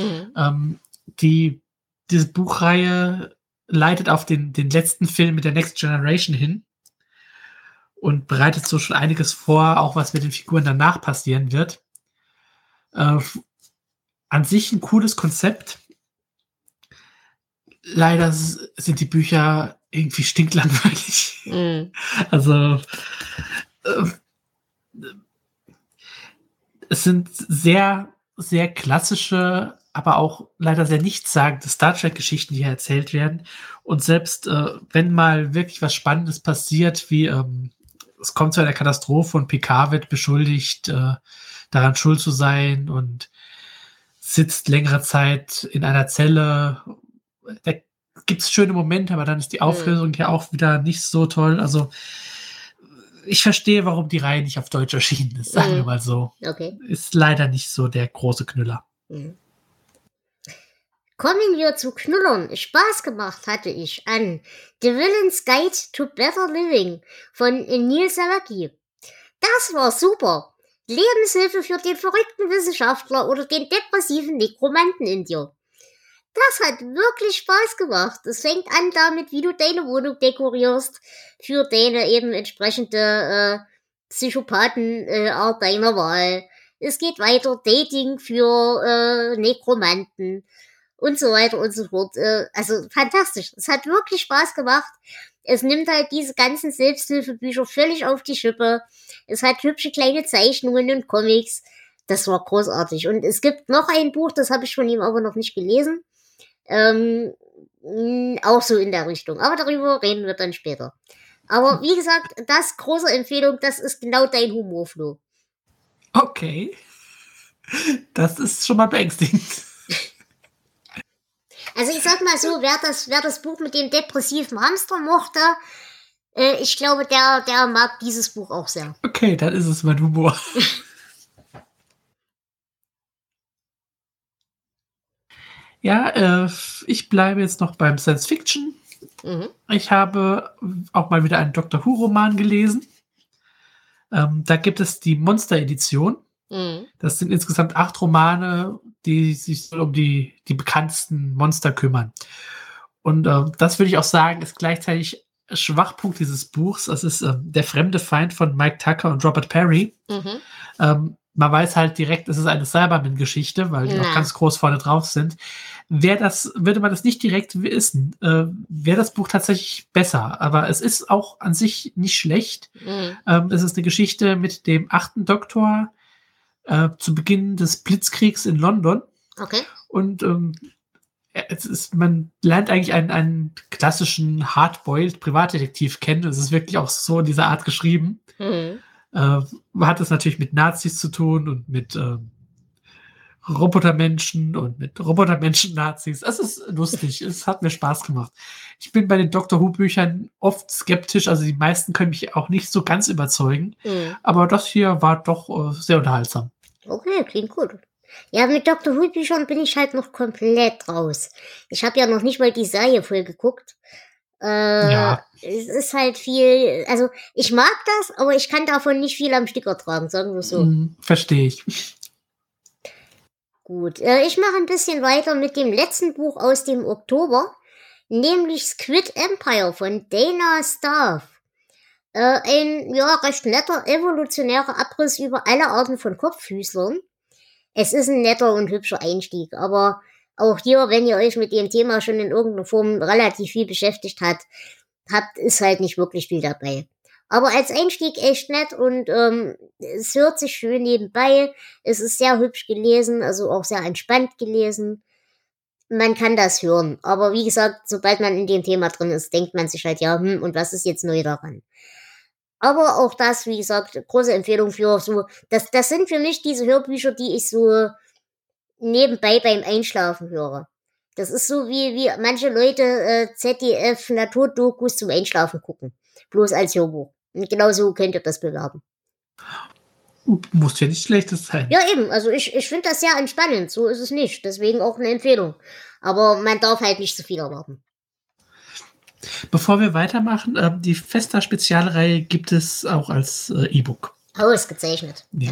Diese Buchreihe leitet auf den letzten Film mit der Next Generation hin und bereitet so schon einiges vor, auch was mit den Figuren danach passieren wird. An sich ein cooles Konzept. leider sind die Bücher irgendwie stinklangweilig. Also es sind sehr, sehr klassische, aber auch leider sehr nichtssagende Star Trek-Geschichten, die hier erzählt werden. Und selbst wenn mal wirklich was Spannendes passiert, wie es kommt zu einer Katastrophe und Picard wird beschuldigt, daran schuld zu sein und sitzt längere Zeit in einer Zelle. Da gibt es schöne Momente, aber dann ist die Auflösung ja auch wieder nicht so toll. Also ich verstehe, warum die Reihe nicht auf Deutsch erschienen ist, sagen wir mal so. Okay. Ist leider nicht so der große Knüller. Kommen wir zu Knüllern. Spaß gemacht hatte ich an The Villain's Guide to Better Living von Neil Sawicki. Das war super. Lebenshilfe für den verrückten Wissenschaftler oder den depressiven Nekromanten in dir. Das hat wirklich Spaß gemacht. Es fängt an damit, wie du deine Wohnung dekorierst für deine eben entsprechende Psychopathenart deiner Wahl. Es geht weiter, Dating für Nekromanten und so weiter und so fort. Also fantastisch. Es hat wirklich Spaß gemacht. Es nimmt halt diese ganzen Selbsthilfebücher völlig auf die Schippe. Es hat hübsche kleine Zeichnungen und Comics. Das war großartig. Und es gibt noch ein Buch, das habe ich von ihm aber noch nicht gelesen. Auch so in der Richtung. Aber darüber reden wir dann später. Aber wie gesagt, das große Empfehlung, das ist genau dein Humor, Flo. Okay. Das ist schon mal beängstigend. Also ich sag mal so, wer das Buch mit dem depressiven Hamster mochte, ich glaube, der mag dieses Buch auch sehr. Okay, dann ist es mein Humor. Ja, ich bleibe jetzt noch beim Science Fiction. Ich habe auch mal wieder einen Doctor Who-Roman gelesen. Da gibt es die Monster-Edition. Das sind insgesamt 8 Romane, die sich um die bekanntesten Monster kümmern. Und das würde ich auch sagen, ist gleichzeitig Schwachpunkt dieses Buchs. Das ist Der fremde Feind von Mike Tucker und Robert Perry. Man weiß halt direkt, es ist eine Cyberman-Geschichte, weil die auch ganz groß vorne drauf sind. Würde man das nicht direkt wissen, wäre das Buch tatsächlich besser. Aber es ist auch an sich nicht schlecht. Es ist eine Geschichte mit dem 8. Doktor zu Beginn des Blitzkriegs in London. Okay. Und man lernt eigentlich einen klassischen Hardboiled Privatdetektiv kennen. Es ist wirklich auch so in dieser Art geschrieben. Man hat es natürlich mit Nazis zu tun und mit Robotermenschen und mit Robotermenschen-Nazis. Es ist lustig. Es hat mir Spaß gemacht. Ich bin bei den Doctor Who-Büchern oft skeptisch. Also die meisten können mich auch nicht so ganz überzeugen. Aber das hier war doch sehr unterhaltsam. Okay, klingt gut. Ja, mit Doctor Who-Büchern bin ich halt noch komplett raus. Ich habe ja noch nicht mal die Serie voll geguckt. Es ist halt viel, also ich mag das, aber ich kann davon nicht viel am Stück ertragen, sagen wir so. Verstehe ich. Gut, ich mache ein bisschen weiter mit dem letzten Buch aus dem Oktober, nämlich Squid Empire von Dana Starr. Ein recht netter evolutionärer Abriss über alle Arten von Kopffüßlern. Es ist ein netter und hübscher Einstieg, aber auch hier, wenn ihr euch mit dem Thema schon in irgendeiner Form relativ viel beschäftigt habt, ist halt nicht wirklich viel dabei. Aber als Einstieg echt nett und es hört sich schön nebenbei. Es ist sehr hübsch gelesen, also auch sehr entspannt gelesen. Man kann das hören, aber wie gesagt, sobald man in dem Thema drin ist, denkt man sich halt, ja, und was ist jetzt neu daran? Aber auch das, wie gesagt, große Empfehlung für so, das sind für mich diese Hörbücher, die ich so nebenbei beim Einschlafen höre. Das ist so wie manche Leute ZDF Naturdokus zum Einschlafen gucken. Bloß als Hörbuch. Und genauso könnt ihr das bewerben. Muss ja nicht Schlechtes sein. Ja, eben. Also ich finde das sehr entspannend. So ist es nicht. Deswegen auch eine Empfehlung. Aber man darf halt nicht zu viel erwarten. Bevor wir weitermachen, die Festa-Spezialreihe gibt es auch als E-Book. Ausgezeichnet. Ja.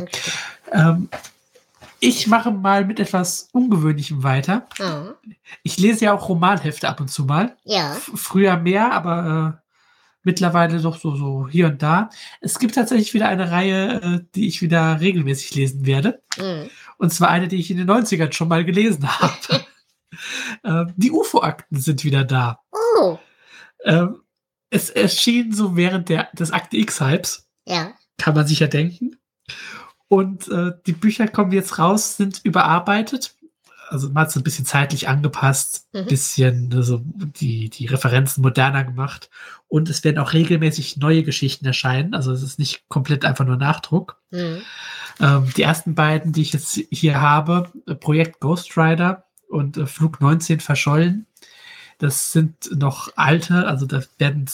Ich mache mal mit etwas Ungewöhnlichem weiter. Ich lese ja auch Romanhefte ab und zu mal. Ja. Früher mehr, aber mittlerweile doch so hier und da. Es gibt tatsächlich wieder eine Reihe, die ich wieder regelmäßig lesen werde. Und zwar eine, die ich in den 90ern schon mal gelesen habe. Die UFO-Akten sind wieder da. Oh. Es erschien so während des Akte X-Hypes. Ja. Kann man sich ja denken. Und die Bücher kommen jetzt raus, sind überarbeitet. Also man hat es ein bisschen zeitlich angepasst, bisschen also die Referenzen moderner gemacht. Und es werden auch regelmäßig neue Geschichten erscheinen. Also es ist nicht komplett einfach nur Nachdruck. Die ersten beiden, die ich jetzt hier habe, Projekt Ghost Rider und Flug 19 verschollen. Das sind noch alte, also da werden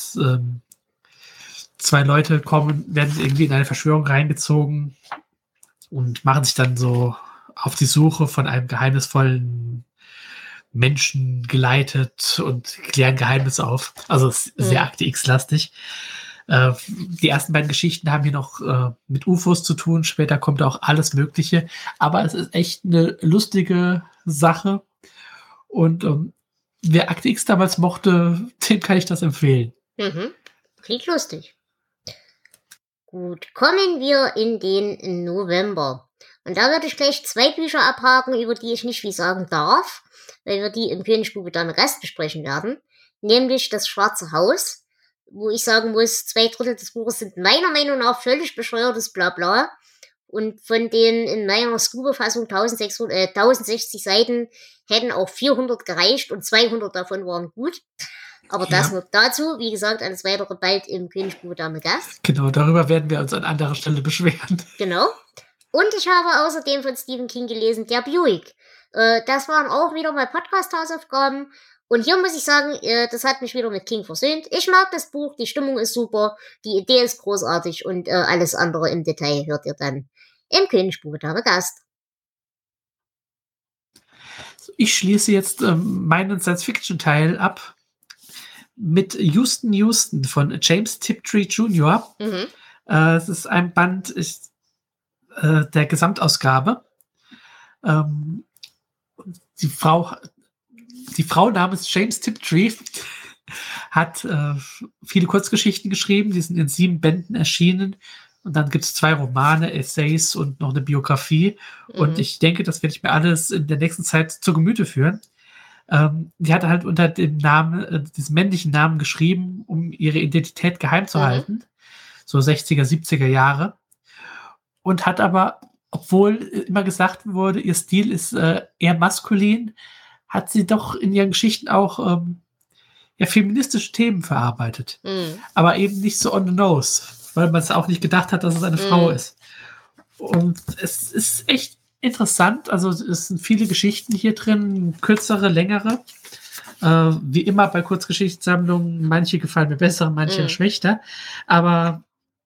zwei Leute werden irgendwie in eine Verschwörung reingezogen und machen sich dann so auf die Suche von einem geheimnisvollen Menschen geleitet und klären Geheimnisse auf. Also es ist sehr Akte X-lastig. Die ersten beiden Geschichten haben hier noch mit UFOs zu tun. Später kommt auch alles Mögliche. Aber es ist echt eine lustige Sache. Und wer Akte X damals mochte, dem kann ich das empfehlen. Klingt lustig. Gut, kommen wir in den November. Und da würde ich gleich 2 Bücher abhaken, über die ich nicht viel sagen darf, weil wir die im Königsbube Dame Gast besprechen werden. Nämlich Das Schwarze Haus, wo ich sagen muss, 2/3 des Buches sind meiner Meinung nach völlig bescheuertes Blabla. Und von den in meiner Scuba-Fassung 1060 Seiten hätten auch 400 gereicht und 200 davon waren gut. Aber das nur dazu. Wie gesagt, alles weitere bald im Königsbube Dame Gast. Genau, darüber werden wir uns an anderer Stelle beschweren. Genau. Und ich habe außerdem von Stephen King gelesen, Der Buick. Das waren auch wieder mal Podcast-Hausaufgaben. Und hier muss ich sagen, das hat mich wieder mit King versöhnt. Ich mag das Buch, die Stimmung ist super, die Idee ist großartig und alles andere im Detail hört ihr dann im Königsbube Dame Gast. Ich schließe jetzt meinen Science-Fiction-Teil ab mit Houston von James Tiptree Jr. Es ist ein Band der Gesamtausgabe. Die Frau namens James Tiptree hat viele Kurzgeschichten geschrieben, die sind in 7 Bänden erschienen. Und dann gibt es 2 Romane, Essays und noch eine Biografie. Und ich denke, das werde ich mir alles in der nächsten Zeit zu Gemüte führen. Die hatte halt unter dem Namen, diesem männlichen Namen geschrieben, um ihre Identität geheim zu halten. So 60er, 70er Jahre. Und hat aber, obwohl immer gesagt wurde, ihr Stil ist eher maskulin, hat sie doch in ihren Geschichten auch feministische Themen verarbeitet. Aber eben nicht so on the nose, weil man es auch nicht gedacht hat, dass es eine Frau ist. Und es ist echt interessant. Also es sind viele Geschichten hier drin, kürzere, längere. Wie immer bei Kurzgeschichtssammlungen, manche gefallen mir besser, manche schlechter. Aber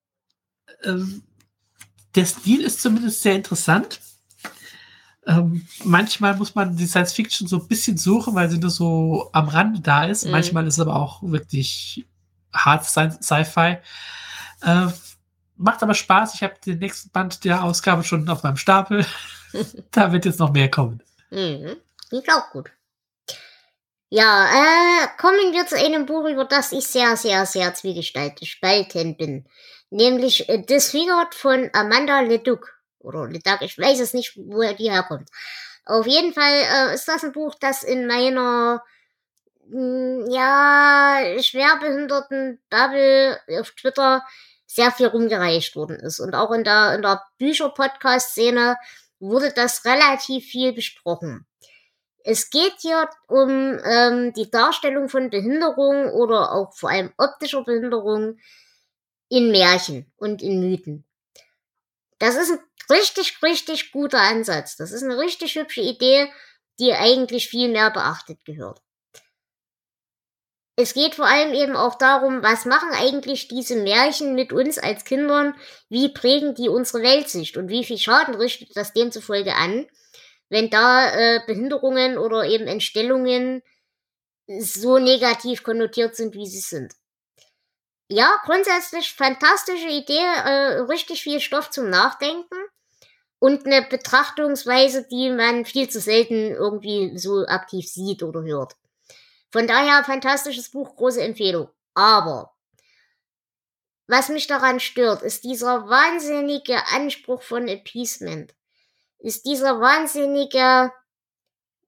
der Stil ist zumindest sehr interessant. Manchmal muss man die Science Fiction so ein bisschen suchen, weil sie nur so am Rande da ist. Manchmal ist es aber auch wirklich hart Sci-Fi. Macht aber Spaß. Ich habe den nächsten Band der Ausgabe schon auf meinem Stapel. Da wird jetzt noch mehr kommen. Klingt auch gut. Ja, kommen wir zu einem Buch, über das ich sehr, sehr, sehr zwiegespalten bin. Nämlich Disfigured von Amanda Leduc. Oder Leduc, ich weiß es nicht, woher die herkommt. Auf jeden Fall ist das ein Buch, das in meiner schwerbehinderten Bubble auf Twitter sehr viel rumgereicht worden ist. Und auch in der Bücher-Podcast-Szene wurde das relativ viel besprochen. Es geht hier um die Darstellung von Behinderung oder auch vor allem optischer Behinderung in Märchen und in Mythen. Das ist ein richtig, richtig guter Ansatz. Das ist eine richtig hübsche Idee, die eigentlich viel mehr beachtet gehört. Es geht vor allem eben auch darum, was machen eigentlich diese Märchen mit uns als Kindern, wie prägen die unsere Weltsicht und wie viel Schaden richtet das demzufolge an, wenn da Behinderungen oder eben Entstellungen so negativ konnotiert sind, wie sie sind. Ja, grundsätzlich fantastische Idee, richtig viel Stoff zum Nachdenken und eine Betrachtungsweise, die man viel zu selten irgendwie so aktiv sieht oder hört. Von daher fantastisches Buch, große Empfehlung. Aber was mich daran stört, ist dieser wahnsinnige Anspruch von Appeasement. Ist dieser wahnsinnige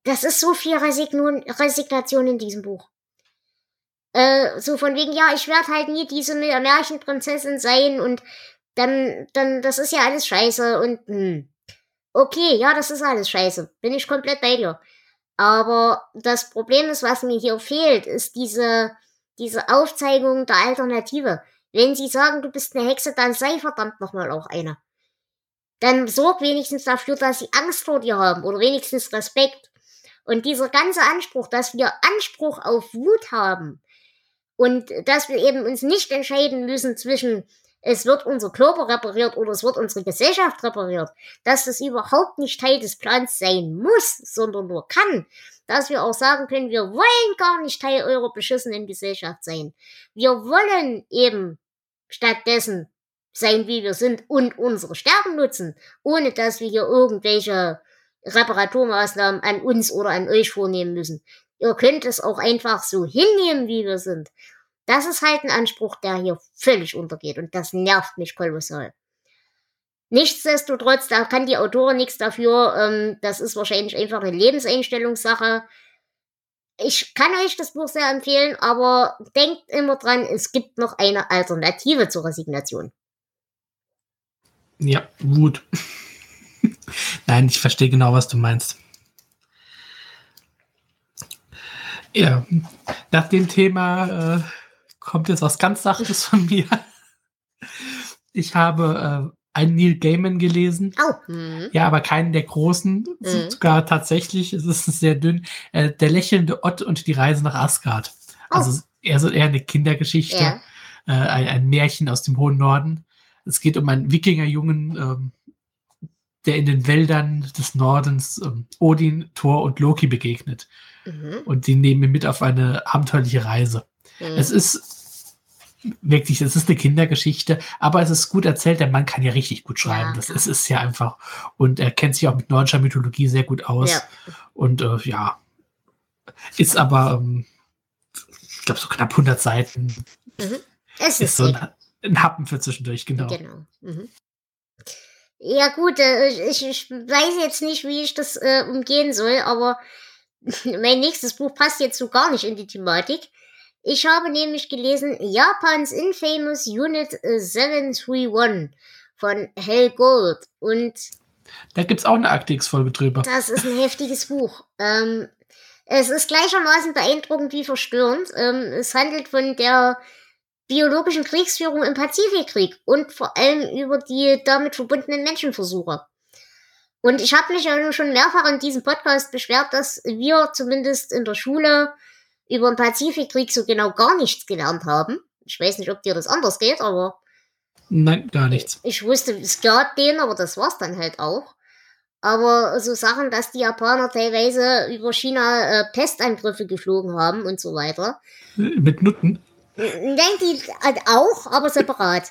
das ist so viel Resignation in diesem Buch. So von wegen, ja, ich werde halt nie diese Märchenprinzessin sein und dann, das ist ja alles scheiße und, okay, ja, das ist alles scheiße. Bin ich komplett bei dir. Aber das Problem ist, was mir hier fehlt, ist diese Aufzeigung der Alternative. Wenn sie sagen, du bist eine Hexe, dann sei verdammt nochmal auch eine. Dann sorg wenigstens dafür, dass sie Angst vor dir haben oder wenigstens Respekt. Und dieser ganze Anspruch, dass wir Anspruch auf Wut haben und dass wir eben uns nicht entscheiden müssen zwischen es wird unser Körper repariert oder es wird unsere Gesellschaft repariert, dass das überhaupt nicht Teil des Plans sein muss, sondern nur kann. Dass wir auch sagen können, wir wollen gar nicht Teil eurer beschissenen Gesellschaft sein. Wir wollen eben stattdessen sein, wie wir sind und unsere Stärken nutzen, ohne dass wir hier irgendwelche Reparaturmaßnahmen an uns oder an euch vornehmen müssen. Ihr könnt es auch einfach so hinnehmen, wie wir sind. Das ist halt ein Anspruch, der hier völlig untergeht und das nervt mich kolossal. Nichtsdestotrotz, da kann die Autorin nichts dafür, das ist wahrscheinlich einfach eine Lebenseinstellungssache. Ich kann euch das Buch sehr empfehlen, aber denkt immer dran, es gibt noch eine Alternative zur Resignation. Ja, Wut. Nein, ich verstehe genau, was du meinst. Ja, nach dem Thema kommt jetzt was ganz Sachtes von mir. Ich habe einen Neil Gaiman gelesen. Oh. Ja, aber keinen der großen. Sogar tatsächlich, es ist sehr dünn. Der lächelnde Ott und die Reise nach Asgard. Also eher eine Kindergeschichte. Ja. Ein Märchen aus dem hohen Norden. Es geht um einen Wikingerjungen, der in den Wäldern des Nordens Odin, Thor und Loki begegnet. Und die nehmen ihn mit auf eine abenteuerliche Reise. Es ist wirklich, es ist eine Kindergeschichte, aber es ist gut erzählt. Der Mann kann ja richtig gut schreiben. Ja. Es ist ja einfach. Und er kennt sich auch mit nordischer Mythologie sehr gut aus. Ja. Und ist aber, ich glaube, so knapp 100 Seiten. Es ist so ein Happen für zwischendurch, genau. Ja gut, ich weiß jetzt nicht, wie ich das umgehen soll, aber mein nächstes Buch passt jetzt so gar nicht in die Thematik. Ich habe nämlich gelesen Japans Infamous Unit 731 von Hal Gold und da gibt's auch eine Akte X-Folge drüber. Das ist ein heftiges Buch. Es ist gleichermaßen beeindruckend wie verstörend. Es handelt von der biologischen Kriegsführung im Pazifikkrieg und vor allem über die damit verbundenen Menschenversuche. Und ich habe mich ja schon mehrfach in diesem Podcast beschwert, dass wir zumindest in der Schule über den Pazifikkrieg so genau gar nichts gelernt haben. Ich weiß nicht, ob dir das anders geht, aber nein, gar nichts. Ich wusste, es gab den, aber das war's dann halt auch. Aber so Sachen, dass die Japaner teilweise über China Pestangriffe geflogen haben und so weiter. Mit Nutten? Nein, die auch, aber separat.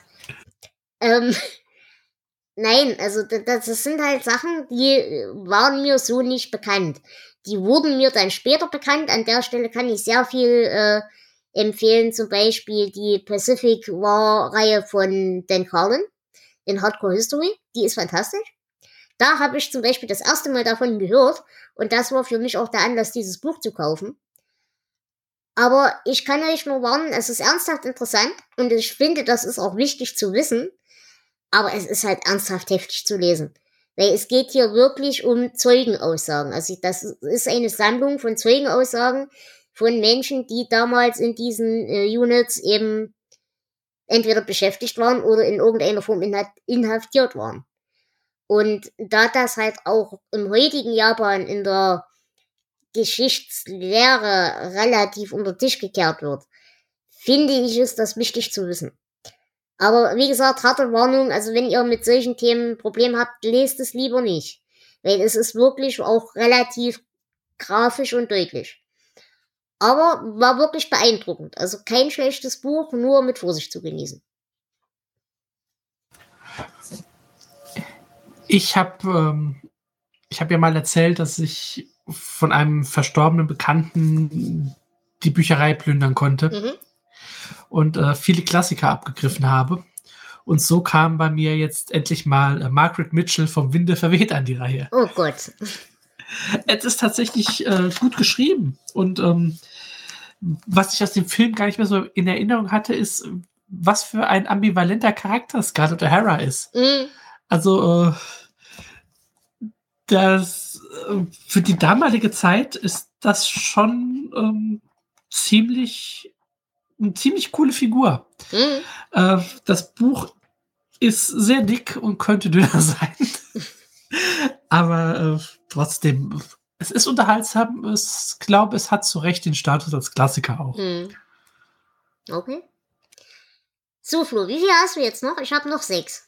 Nein, also das sind halt Sachen, die waren mir so nicht bekannt. Die wurden mir dann später bekannt. An der Stelle kann ich sehr viel empfehlen, zum Beispiel die Pacific War-Reihe von Dan Carlin in Hardcore History. Die ist fantastisch. Da habe ich zum Beispiel das erste Mal davon gehört und das war für mich auch der Anlass, dieses Buch zu kaufen. Aber ich kann euch nur warnen, es ist ernsthaft interessant und ich finde, das ist auch wichtig zu wissen, aber es ist halt ernsthaft heftig zu lesen. Weil es geht hier wirklich um Zeugenaussagen. Also das ist eine Sammlung von Zeugenaussagen von Menschen, die damals in diesen Units eben entweder beschäftigt waren oder in irgendeiner Form inhaftiert waren. Und da das halt auch im heutigen Japan in der Geschichtslehre relativ unter den Tisch gekehrt wird, finde ich es das wichtig zu wissen. Aber wie gesagt, harte Warnung, also wenn ihr mit solchen Themen ein Problem habt, lest es lieber nicht. Weil es ist wirklich auch relativ grafisch und deutlich. Aber war wirklich beeindruckend. Also kein schlechtes Buch, nur mit Vorsicht zu genießen. Ich habe ja mal erzählt, dass ich von einem verstorbenen Bekannten die Bücherei plündern konnte und viele Klassiker abgegriffen habe. Und so kam bei mir jetzt endlich mal Margaret Mitchell vom Winde verweht an die Reihe. Oh Gott. Es ist tatsächlich gut geschrieben. Und was ich aus dem Film gar nicht mehr so in Erinnerung hatte, ist, was für ein ambivalenter Charakter Scarlett O'Hara ist. Mhm. Also, das für die damalige Zeit ist das schon eine ziemlich coole Figur. Mhm. Das Buch ist sehr dick und könnte dünner sein. Aber trotzdem, es ist unterhaltsam. Ich glaube, es hat zu Recht den Status als Klassiker auch. Okay. So, Flo, wie viel hast du jetzt noch? Ich habe noch 6.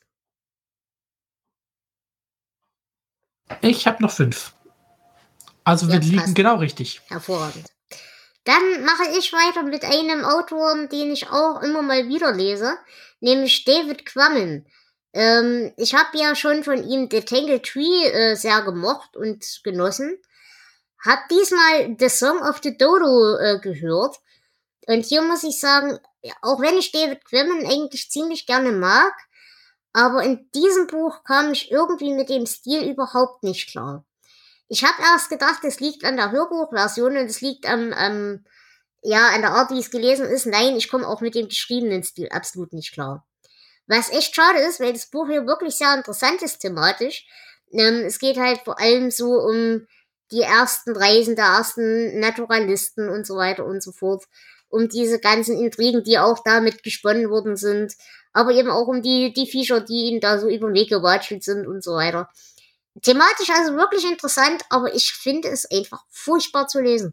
Ich habe noch 5. Also wir liegen genau richtig. Hervorragend. Dann mache ich weiter mit einem Autor, den ich auch immer mal wieder lese, nämlich David Quammen. Ich habe ja schon von ihm The Tangled Tree sehr gemocht und genossen. Hab diesmal The Song of the Dodo gehört. Und hier muss ich sagen, auch wenn ich David Quammen eigentlich ziemlich gerne mag, aber in diesem Buch kam ich irgendwie mit dem Stil überhaupt nicht klar. Ich habe erst gedacht, es liegt an der Hörbuchversion und es liegt an der Art, wie es gelesen ist. Nein, ich komme auch mit dem geschriebenen Stil absolut nicht klar. Was echt schade ist, weil das Buch hier wirklich sehr interessant ist thematisch. Es geht halt vor allem so um die ersten Reisen der ersten Naturalisten und so weiter und so fort. Um diese ganzen Intrigen, die auch damit gesponnen worden sind. Aber eben auch um die Viecher, die ihnen da so über den Weg gewatschelt sind und so weiter. Thematisch also wirklich interessant, aber ich finde es einfach furchtbar zu lesen.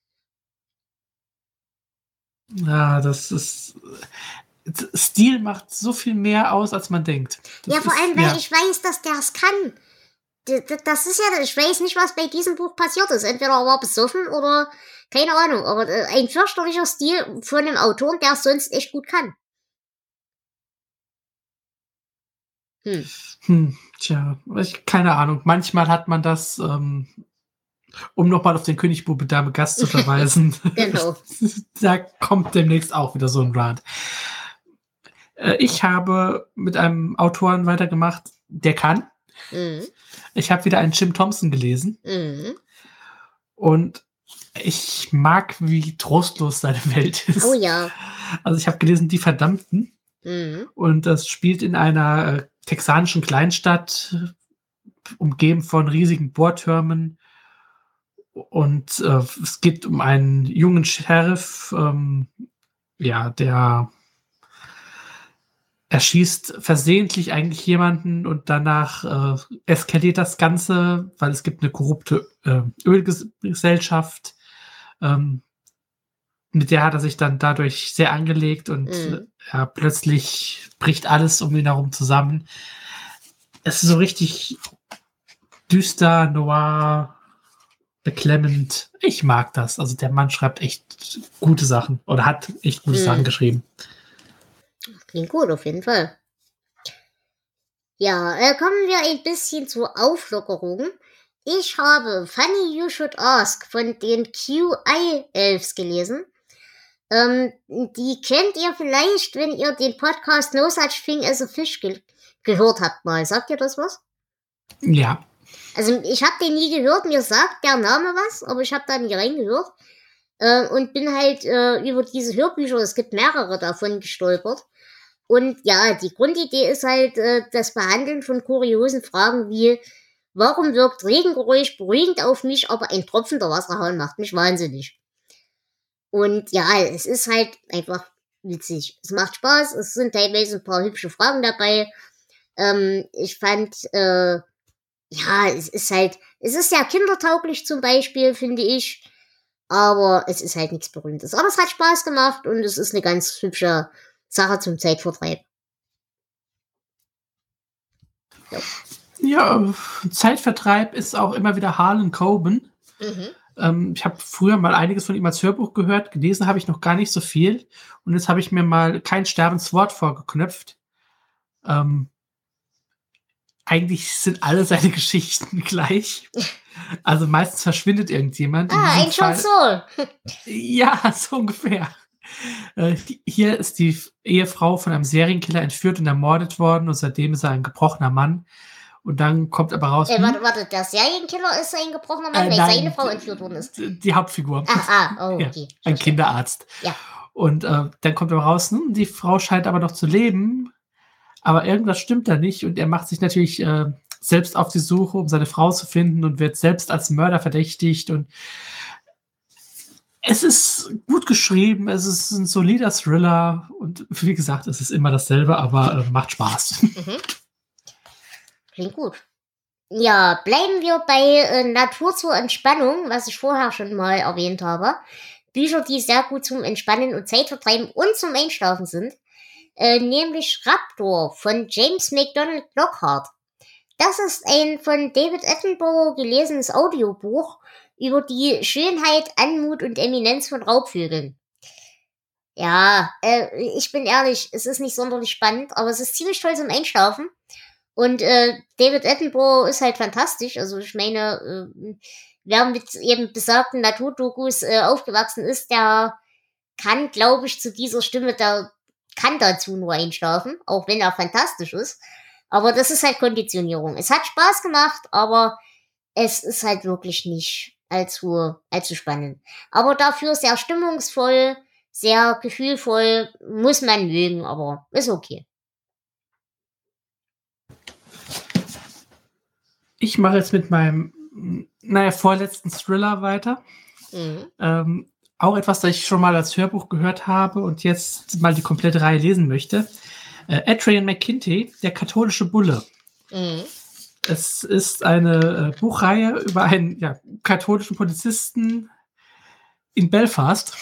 Ja, das ist... Stil macht so viel mehr aus, als man denkt. Das vor allem, weil ich weiß, dass der es kann. Das ist ja, ich weiß nicht, was bei diesem Buch passiert ist. Entweder er war besoffen oder keine Ahnung. Aber ein fürchterlicher Stil von einem Autor, der es sonst echt gut kann. Tja, keine Ahnung. Manchmal hat man das, um nochmal auf den König Bube Dame Gast zu verweisen. Genau. Da kommt demnächst auch wieder so ein Rant. Ich habe mit einem Autoren weitergemacht, der kann. Ich habe wieder einen Jim Thompson gelesen. Und ich mag, wie trostlos seine Welt ist. Oh ja. Also ich habe gelesen Die Verdammten. Und das spielt in einer texanischen Kleinstadt, umgeben von riesigen Bohrtürmen. Und es geht um einen jungen Sheriff, der erschießt versehentlich eigentlich jemanden und danach eskaliert das Ganze, weil es gibt eine korrupte Ölgesellschaft, mit der hat er sich dann dadurch sehr angelegt und plötzlich bricht alles um ihn herum zusammen. Es ist so richtig düster, noir, beklemmend. Ich mag das. Also der Mann schreibt echt gute Sachen oder hat echt gute Sachen geschrieben. Klingt gut, auf jeden Fall. Ja, kommen wir ein bisschen zur Auflockerung. Ich habe Funny You Should Ask von den QI-Elves gelesen. Die kennt ihr vielleicht, wenn ihr den Podcast No Such Thing as a Fish gehört habt mal. Sagt ihr das was? Ja. Also ich habe den nie gehört, mir sagt der Name was, aber ich habe da nie reingehört. Und bin halt über diese Hörbücher, es gibt mehrere davon, gestolpert. Und ja, die Grundidee ist halt das Behandeln von kuriosen Fragen wie, warum wirkt Regengeräusch beruhigend auf mich, aber ein tropfender Wasserhahn macht mich wahnsinnig. Und ja, es ist halt einfach witzig. Es macht Spaß, es sind teilweise ein paar hübsche Fragen dabei. Ich fand, es ist sehr kindertauglich zum Beispiel, finde ich. Aber es ist halt nichts Berühmtes. Aber es hat Spaß gemacht und es ist eine ganz hübsche Sache zum Zeitvertreib. Ja, Zeitvertreib ist auch immer wieder Harlan Coben. Ich habe früher mal einiges von ihm als Hörbuch gehört. Gelesen habe ich noch gar nicht so viel. Und jetzt habe ich mir mal Kein Sterbenswort vorgeknöpft. Eigentlich sind alle seine Geschichten gleich. Also meistens verschwindet irgendjemand. Ein Short Soul. Ja, so ungefähr. Hier ist die Ehefrau von einem Serienkiller entführt und ermordet worden und seitdem ist er ein gebrochener Mann. Und dann kommt aber raus... Warte, der Serienkiller ist ein gebrochener Mann, weil seine Frau entführt worden ist. Die Hauptfigur. Okay. Ja, ein Kinderarzt. Ja. Und dann kommt aber raus, die Frau scheint aber noch zu leben, aber irgendwas stimmt da nicht. Und er macht sich natürlich selbst auf die Suche, um seine Frau zu finden und wird selbst als Mörder verdächtigt. Und es ist gut geschrieben, es ist ein solider Thriller. Und wie gesagt, es ist immer dasselbe, aber macht Spaß. Klingt gut. Ja, bleiben wir bei Natur zur Entspannung, was ich vorher schon mal erwähnt habe. Bücher, die sehr gut zum Entspannen und Zeitvertreiben und zum Einschlafen sind. Nämlich Raptor von James MacDonald Lockhart. Das ist ein von David Attenborough gelesenes Audiobuch über die Schönheit, Anmut und Eminenz von Raubvögeln. Ja, ich bin ehrlich, es ist nicht sonderlich spannend, aber es ist ziemlich toll zum Einschlafen. Und David Attenborough ist halt fantastisch. Also ich meine, wer mit eben besagten Naturdokus aufgewachsen ist, der kann, glaube ich, zu dieser Stimme, der kann dazu nur einschlafen, auch wenn er fantastisch ist. Aber das ist halt Konditionierung. Es hat Spaß gemacht, aber es ist halt wirklich nicht allzu spannend. Aber dafür sehr stimmungsvoll, sehr gefühlvoll, muss man mögen, aber ist okay. Ich mache jetzt mit meinem, vorletzten Thriller weiter. Auch etwas, das ich schon mal als Hörbuch gehört habe und jetzt mal die komplette Reihe lesen möchte. Adrian McKinty, der katholische Bulle. Es ist eine Buchreihe über einen katholischen Polizisten in Belfast.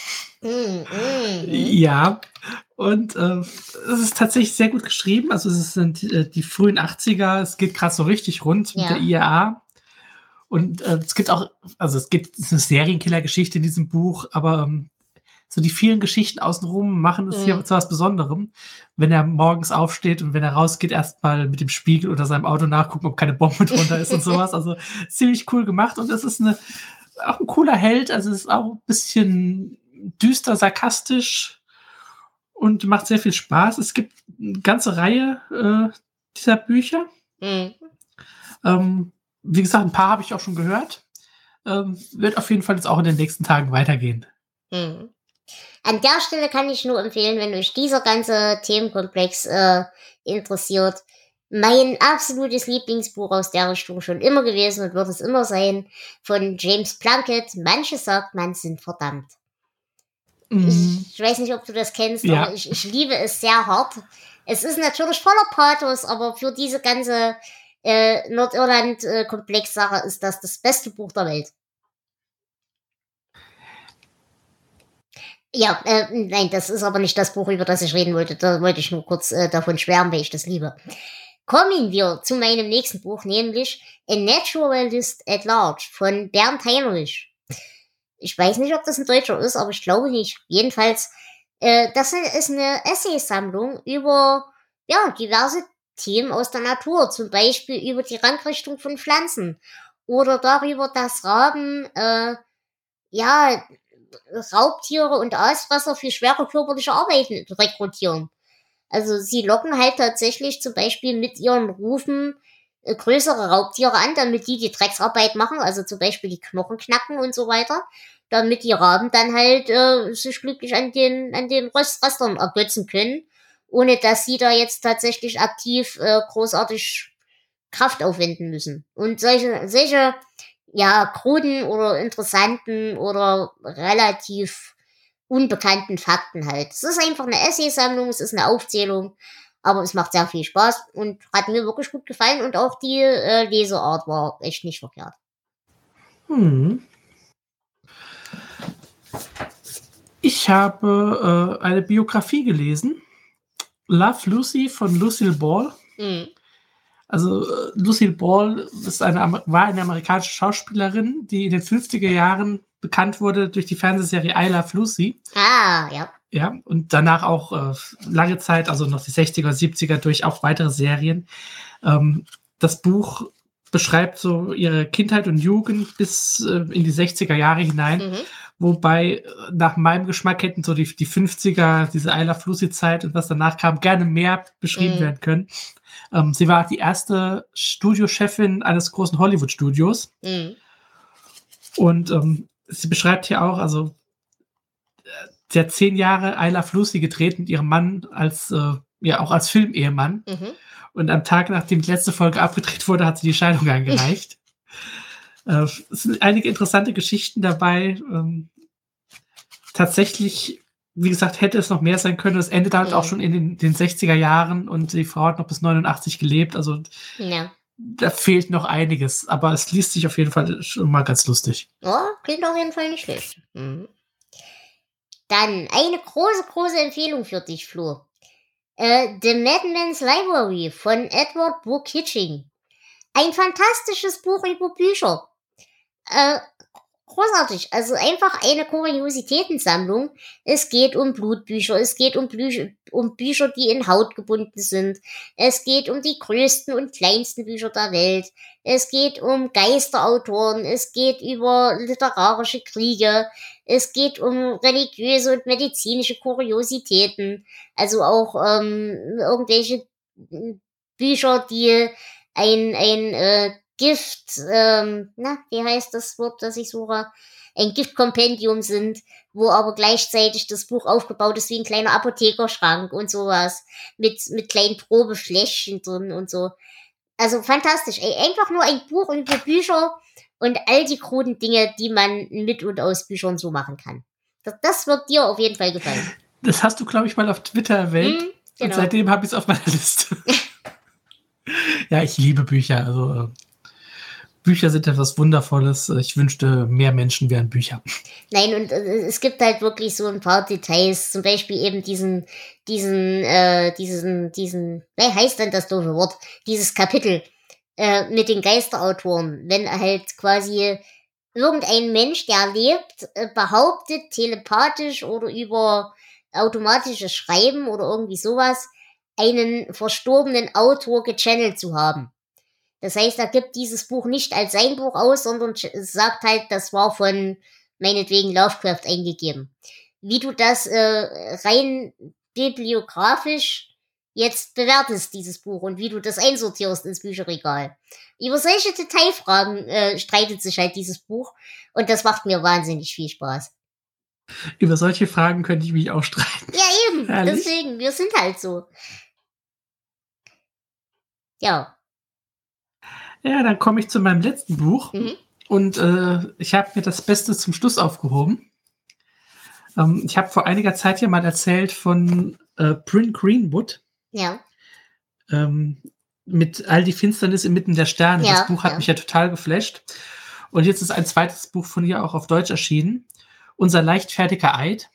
Ja, und es ist tatsächlich sehr gut geschrieben. Also es sind die frühen 80er, es geht gerade so richtig rund mit der IAA. Und es gibt auch, also es gibt eine Serienkiller-Geschichte in diesem Buch, aber so die vielen Geschichten außenrum machen es hier zu was Besonderem. Wenn er morgens aufsteht und wenn er rausgeht, erstmal mit dem Spiegel oder seinem Auto nachgucken, ob keine Bombe drunter ist und sowas. Also ziemlich cool gemacht und es ist auch ein cooler Held. Also es ist auch ein bisschen düster, sarkastisch und macht sehr viel Spaß. Es gibt eine ganze Reihe dieser Bücher. Wie gesagt, ein paar habe ich auch schon gehört. Wird auf jeden Fall jetzt auch in den nächsten Tagen weitergehen. An der Stelle kann ich nur empfehlen, wenn euch dieser ganze Themenkomplex interessiert, mein absolutes Lieblingsbuch aus der Richtung schon immer gewesen und wird es immer sein, von James Plunkett. Manche sagt man sind verdammt. Ich weiß nicht, ob du das kennst, aber ich liebe es sehr hart. Es ist natürlich voller Pathos, aber für diese ganze Nordirland-Komplex-Sache ist das beste Buch der Welt. Ja, nein, das ist aber nicht das Buch, über das ich reden wollte. Da wollte ich nur kurz davon schwärmen, weil ich das liebe. Kommen wir zu meinem nächsten Buch, nämlich A Naturalist at Large von Bernd Heinrich. Ich weiß nicht, ob das ein Deutscher ist, aber ich glaube nicht. Jedenfalls, das ist eine Essaysammlung über diverse Themen aus der Natur, zum Beispiel über die Rangrichtung von Pflanzen oder darüber, dass Raben Raubtiere und Aasfresser für schwere körperliche Arbeiten rekrutieren. Also sie locken halt tatsächlich zum Beispiel mit ihren Rufen größere Raubtiere an, damit die Drecksarbeit machen, also zum Beispiel die Knochen knacken und so weiter, damit die Raben dann halt sich glücklich an den Röstern ergötzen können, ohne dass sie da jetzt tatsächlich aktiv großartig Kraft aufwenden müssen. Und solche kruden oder interessanten oder relativ unbekannten Fakten halt. Es ist einfach eine Essaysammlung, es ist eine Aufzählung, aber es macht sehr viel Spaß und hat mir wirklich gut gefallen und auch die Leseart war echt nicht verkehrt. Ich habe eine Biografie gelesen, Love Lucy von Lucille Ball. Also Lucille Ball war eine amerikanische Schauspielerin, die in den 50er Jahren bekannt wurde durch die Fernsehserie I Love Lucy. Ja, und danach auch lange Zeit, also noch die 60er, 70er, durch auch weitere Serien. Das Buch beschreibt so ihre Kindheit und Jugend bis in die 60er Jahre hinein, Wobei nach meinem Geschmack hätten so die 50er, diese I Love Lucy-Zeit und was danach kam, gerne mehr beschrieben werden können. Sie war die erste Studiochefin eines großen Hollywood-Studios. Und sie beschreibt hier auch, also sie hat 10 Jahre I Love Lucy gedreht mit ihrem Mann auch als Filmehemann. Und am Tag, nachdem die letzte Folge abgedreht wurde, hat sie die Scheidung eingereicht. Es sind einige interessante Geschichten dabei. Tatsächlich, wie gesagt, hätte es noch mehr sein können. Das endet halt auch schon in den 60er Jahren und die Frau hat noch bis 89 gelebt. Also da fehlt noch einiges. Aber es liest sich auf jeden Fall schon mal ganz lustig. Ja, klingt auf jeden Fall nicht schlecht. Dann eine große, große Empfehlung für dich, Flo. The Madman's Library von Edward Brooke Hitching. Ein fantastisches Buch über Bücher. Großartig. Also einfach eine Kuriositätensammlung. Es geht um Blutbücher. Es geht um Bücher, die in Haut gebunden sind. Es geht um die größten und kleinsten Bücher der Welt. Es geht um Geisterautoren. Es geht über literarische Kriege. Es geht um religiöse und medizinische Kuriositäten. Also auch irgendwelche Bücher, die ein Gift, wie heißt das Wort, das ich suche? Ein Giftkompendium sind, wo aber gleichzeitig das Buch aufgebaut ist wie ein kleiner Apothekerschrank und sowas. Mit kleinen Probefläschchen drin und so. Also fantastisch. Einfach nur ein Buch über Bücher und all die kruden Dinge, die man mit und aus Büchern so machen kann. Das wird dir auf jeden Fall gefallen. Das hast du, glaube ich, mal auf Twitter erwähnt. Genau. Und seitdem habe ich es auf meiner Liste. Ja, ich liebe Bücher. Also Bücher sind etwas Wundervolles. Ich wünschte, mehr Menschen wären Bücher. Nein, und es gibt halt wirklich so ein paar Details. Zum Beispiel eben diesen, wie heißt denn das doofe Wort? Dieses Kapitel mit den Geisterautoren. Wenn halt quasi irgendein Mensch, der lebt, behauptet, telepathisch oder über automatisches Schreiben oder irgendwie sowas, einen verstorbenen Autor gechannelt zu haben. Das heißt, er gibt dieses Buch nicht als sein Buch aus, sondern sagt halt, das war von meinetwegen Lovecraft eingegeben. Wie du das rein bibliografisch jetzt bewertest, dieses Buch, und wie du das einsortierst ins Bücherregal. Über solche Detailfragen streitet sich halt dieses Buch und das macht mir wahnsinnig viel Spaß. Über solche Fragen könnte ich mich auch streiten. Ja, eben. Herrlich. Deswegen, wir sind halt so. Ja. Ja, dann komme ich zu meinem letzten Buch. Und ich habe mir das Beste zum Schluss aufgehoben. Ich habe vor einiger Zeit ja mal erzählt von Bryn Greenwood. Ja. Mit All die Finsternis inmitten der Sterne. Ja, das Buch hat mich ja total geflasht. Und jetzt ist ein zweites Buch von ihr auch auf Deutsch erschienen. Unser leichtfertiger Eid.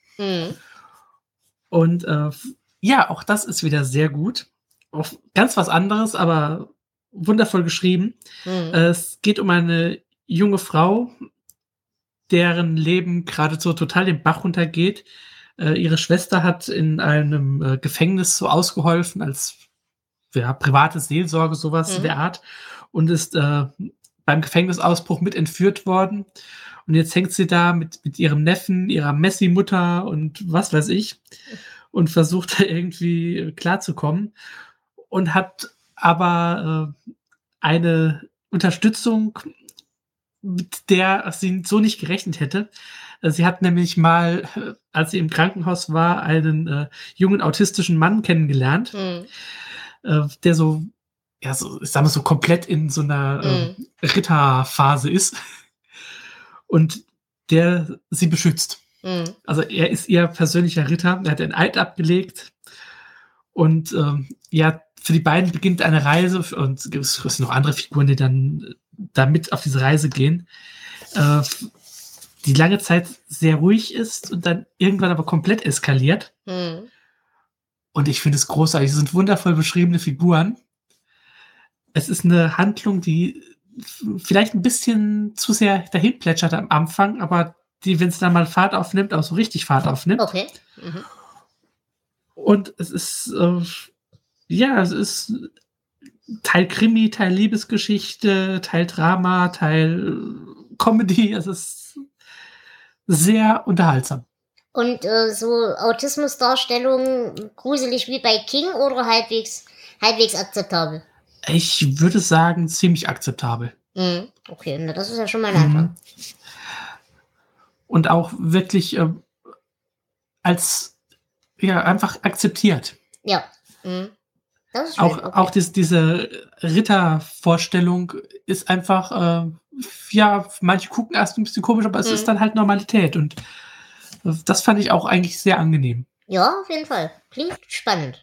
Und auch das ist wieder sehr gut. Auch ganz was anderes, aber wundervoll geschrieben. Es geht um eine junge Frau, deren Leben geradezu total den Bach runtergeht. Ihre Schwester hat in einem Gefängnis so ausgeholfen als private Seelsorge, sowas in der Art, und ist beim Gefängnisausbruch mit entführt worden. Und jetzt hängt sie da mit ihrem Neffen, ihrer Messi-Mutter und was weiß ich und versucht da irgendwie klarzukommen und hat aber eine Unterstützung, mit der sie so nicht gerechnet hätte. Sie hat nämlich mal, als sie im Krankenhaus war, einen jungen autistischen Mann kennengelernt, der so, ich sag mal so komplett in so einer Ritterphase ist und der sie beschützt. Also er ist ihr persönlicher Ritter, er hat einen Eid abgelegt und für die beiden beginnt eine Reise und es sind noch andere Figuren, die dann damit auf diese Reise gehen, die lange Zeit sehr ruhig ist und dann irgendwann aber komplett eskaliert. Und ich finde es großartig. Es sind wundervoll beschriebene Figuren. Es ist eine Handlung, die vielleicht ein bisschen zu sehr dahin plätschert am Anfang, aber die, wenn es dann mal Fahrt aufnimmt, auch so richtig Fahrt aufnimmt. Okay. Und es ist es ist Teil Krimi, Teil Liebesgeschichte, Teil Drama, Teil Comedy. Es ist sehr unterhaltsam. Und so Autismusdarstellungen gruselig wie bei King oder halbwegs akzeptabel? Ich würde sagen, ziemlich akzeptabel. Okay, na, das ist ja schon mal ein Anfang. Und auch wirklich als einfach akzeptiert. Ja. Das ist schön. Auch diese Rittervorstellung ist einfach, manche gucken erst ein bisschen komisch, aber es ist dann halt Normalität. Und das fand ich auch eigentlich sehr angenehm. Ja, auf jeden Fall. Klingt spannend.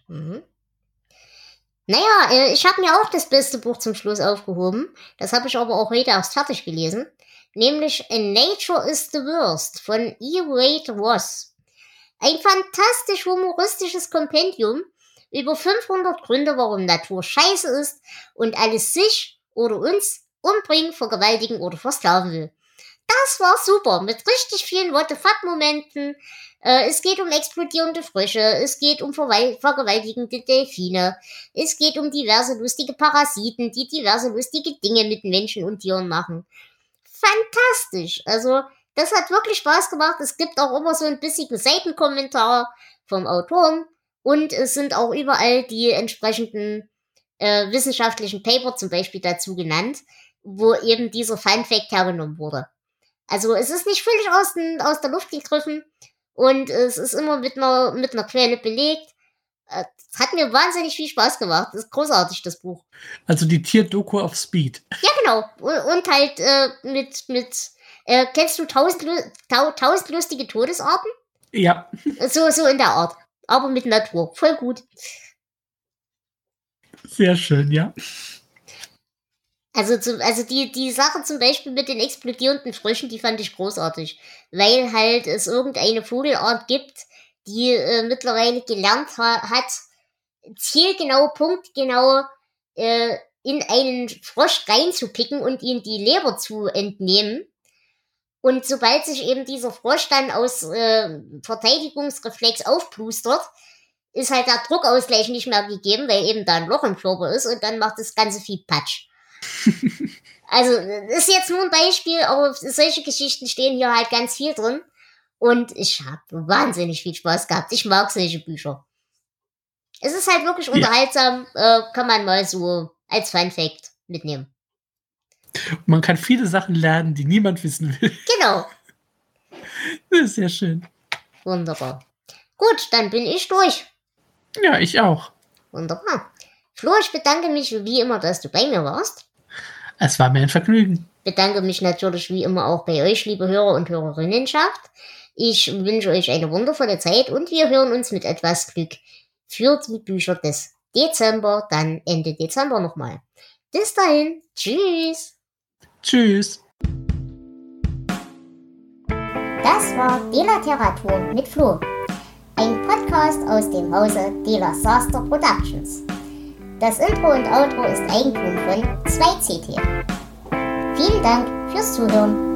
Naja, ich habe mir auch das beste Buch zum Schluss aufgehoben. Das habe ich aber auch heute erst fertig gelesen. Nämlich A Nature is the Worst von E. Wade Ross. Ein fantastisch humoristisches Kompendium über 500 Gründe, warum Natur scheiße ist und alles sich oder uns umbringen, vergewaltigen oder versklaven will. Das war super, mit richtig vielen What-the-fuck-Momenten. Es geht um explodierende Frösche, es geht um vergewaltigende Delfine, es geht um diverse lustige Parasiten, die diverse lustige Dinge mit Menschen und Tieren machen. Fantastisch, also das hat wirklich Spaß gemacht. Es gibt auch immer so ein bisschen Seitenkommentar vom Autoren und es sind auch überall die entsprechenden wissenschaftlichen Paper zum Beispiel dazu genannt, wo eben dieser Fun-Fact hergenommen wurde. Also es ist nicht völlig aus der Luft gegriffen und es ist immer mit einer Quelle belegt. Es hat mir wahnsinnig viel Spaß gemacht. Das ist großartig, das Buch. Also die Tierdoku auf Speed. Ja, genau. Und halt kennst du 1000 lustige Todesarten? Ja. So in der Art. Aber mit Natur. Voll gut. Sehr schön, ja. Also die Sache zum Beispiel mit den explodierenden Fröschen, die fand ich großartig. Weil halt es irgendeine Vogelart gibt, die mittlerweile gelernt hat, zielgenau, punktgenau in einen Frosch reinzupicken und ihm die Leber zu entnehmen. Und sobald sich eben dieser Frosch dann aus Verteidigungsreflex aufplustert, ist halt der Druckausgleich nicht mehr gegeben, weil eben da ein Loch im Körper ist und dann macht das ganze Vieh Patsch. Also, das ist jetzt nur ein Beispiel, aber solche Geschichten stehen hier halt ganz viel drin. Und ich habe wahnsinnig viel Spaß gehabt. Ich mag solche Bücher. Es ist halt wirklich unterhaltsam, kann man mal so als Fun-Fact mitnehmen. Man kann viele Sachen lernen, die niemand wissen will. Genau. Das ist sehr schön. Wunderbar. Gut, dann bin ich durch. Ja, ich auch. Wunderbar. Flo, ich bedanke mich wie immer, dass du bei mir warst. Es war mir ein Vergnügen. Bedanke mich natürlich wie immer auch bei euch, liebe Hörer und Hörerinnenschaft. Ich wünsche euch eine wundervolle Zeit und wir hören uns mit etwas Glück für die Bücher des Dezember, dann Ende Dezember nochmal. Bis dahin, tschüss. Tschüss. Das war Delateratur mit Flo. Ein Podcast aus dem Hause Dela Saster Productions. Das Intro und Outro ist Eigentum von 2CT. Vielen Dank fürs Zuhören.